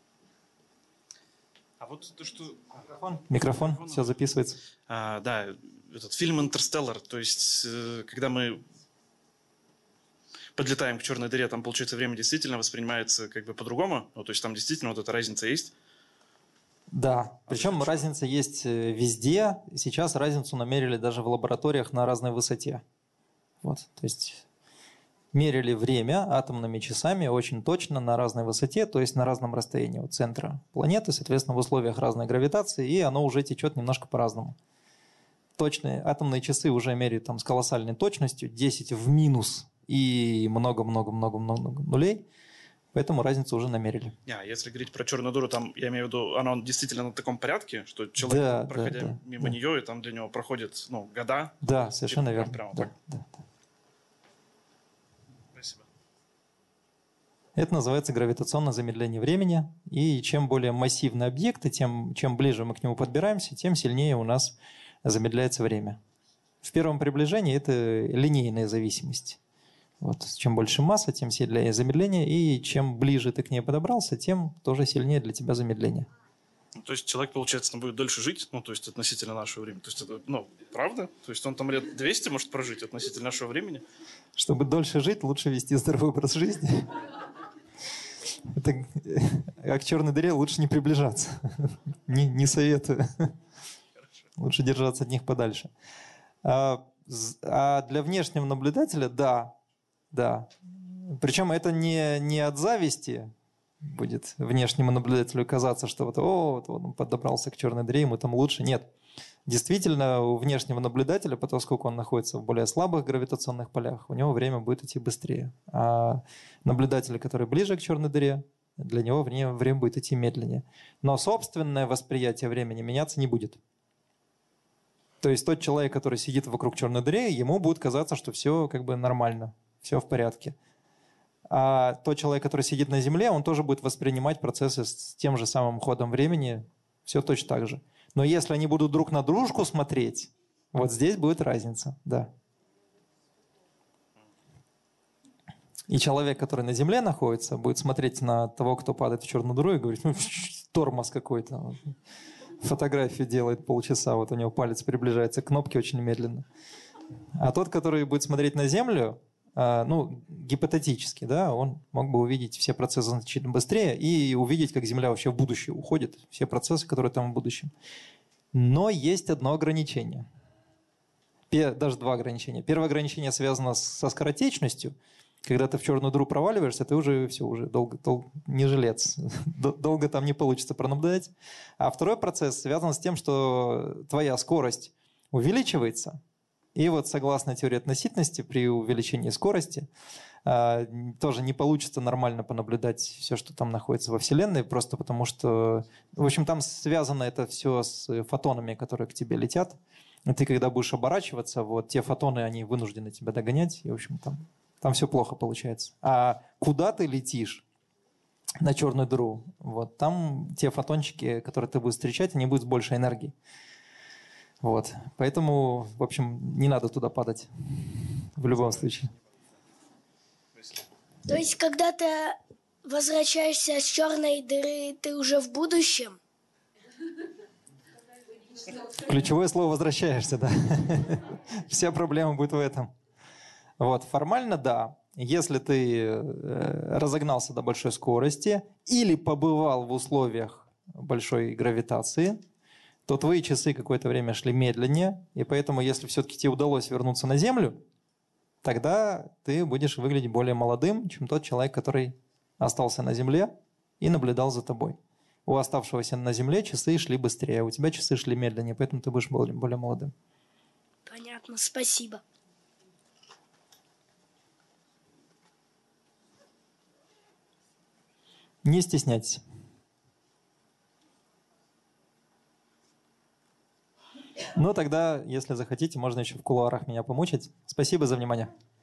А вот то, что... Микрофон, все записывается. Да, этот фильм «Интерстеллар», то есть, когда мы подлетаем к черной дыре, там, получается, время действительно воспринимается как бы по-другому, то есть там действительно вот эта разница есть. Да, причем разница есть везде. Сейчас разницу намерили даже в лабораториях на разной высоте. Вот, то есть мерили время атомными часами очень точно на разной высоте, то есть на разном расстоянии от центра планеты, соответственно, в условиях разной гравитации, и оно уже течет немножко по-разному. Точные атомные часы уже меряют там с колоссальной точностью, 10 в минус и много-много-много-много нулей, поэтому разницу уже намерили. Если говорить про черную дыру, там, я имею в виду, она действительно на таком порядке, что человек, проходя мимо нее, и там для него проходит года. Да, совершенно верно. Прямо да, так. да. Спасибо. Это называется гравитационное замедление времени, и чем более массивный объект, и чем ближе мы к нему подбираемся, тем сильнее у нас замедляется время. В первом приближении это линейная зависимость. Вот. Чем больше масса, тем сильнее замедление, и чем ближе ты к ней подобрался, тем тоже сильнее для тебя замедление. То есть человек, получается, будет дольше жить, то есть относительно нашего времени. То есть это, правда? То есть он там лет 200 может прожить относительно нашего времени? Чтобы дольше жить, лучше вести здоровый образ жизни. А к черной дыре лучше не приближаться. Не советую. Лучше держаться от них подальше. А для внешнего наблюдателя, да. Причем это не от зависти будет внешнему наблюдателю казаться, что вот он подобрался к черной дыре, ему там лучше. Нет. Действительно, у внешнего наблюдателя, поскольку он находится в более слабых гравитационных полях, у него время будет идти быстрее. А наблюдатель, который ближе к черной дыре, для него время будет идти медленнее. Но собственное восприятие времени меняться не будет. То есть тот человек, который сидит вокруг черной дыры, ему будет казаться, что все как бы нормально, все в порядке. А тот человек, который сидит на Земле, он тоже будет воспринимать процессы с тем же самым ходом времени, все точно так же. Но если они будут друг на дружку смотреть, вот здесь будет разница, да. И человек, который на Земле находится, будет смотреть на того, кто падает в черную дыру, и говорить, тормоз какой-то. Фотографию делает полчаса, вот у него палец приближается к кнопке очень медленно. А тот, который будет смотреть на Землю, ну, гипотетически, да, он мог бы увидеть все процессы значительно быстрее и увидеть, как Земля вообще в будущее уходит, все процессы, которые там в будущем. Но есть одно ограничение. Даже два ограничения. Первое ограничение связано со скоротечностью. Когда ты в черную дыру проваливаешься, ты уже все, уже долго не жилец. Долго там не получится пронаблюдать. А второй процесс связан с тем, что твоя скорость увеличивается. И вот согласно теории относительности, при увеличении скорости тоже не получится нормально понаблюдать все, что там находится во Вселенной, просто потому что, в общем, там связано это все с фотонами, которые к тебе летят. И ты, когда будешь оборачиваться, вот те фотоны, они вынуждены тебя догонять, и, в общем, там все плохо получается. А куда ты летишь на черную дыру, вот там те фотончики, которые ты будешь встречать, они будут с большей энергией. Вот. Поэтому, в общем, не надо туда падать в любом случае. То есть, когда ты возвращаешься с черной дыры, ты уже в будущем? Ключевое слово «возвращаешься», да. Вся проблема будет в этом. Вот. Формально, да. Если ты разогнался до большой скорости или побывал в условиях большой гравитации, то твои часы какое-то время шли медленнее, и поэтому, если все-таки тебе удалось вернуться на Землю, тогда ты будешь выглядеть более молодым, чем тот человек, который остался на Земле и наблюдал за тобой. У оставшегося на Земле часы шли быстрее, а у тебя часы шли медленнее, поэтому ты будешь более молодым. Понятно, спасибо. Не стесняйтесь. Ну, тогда, если захотите, можно еще в кулуарах меня помучить. Спасибо за внимание.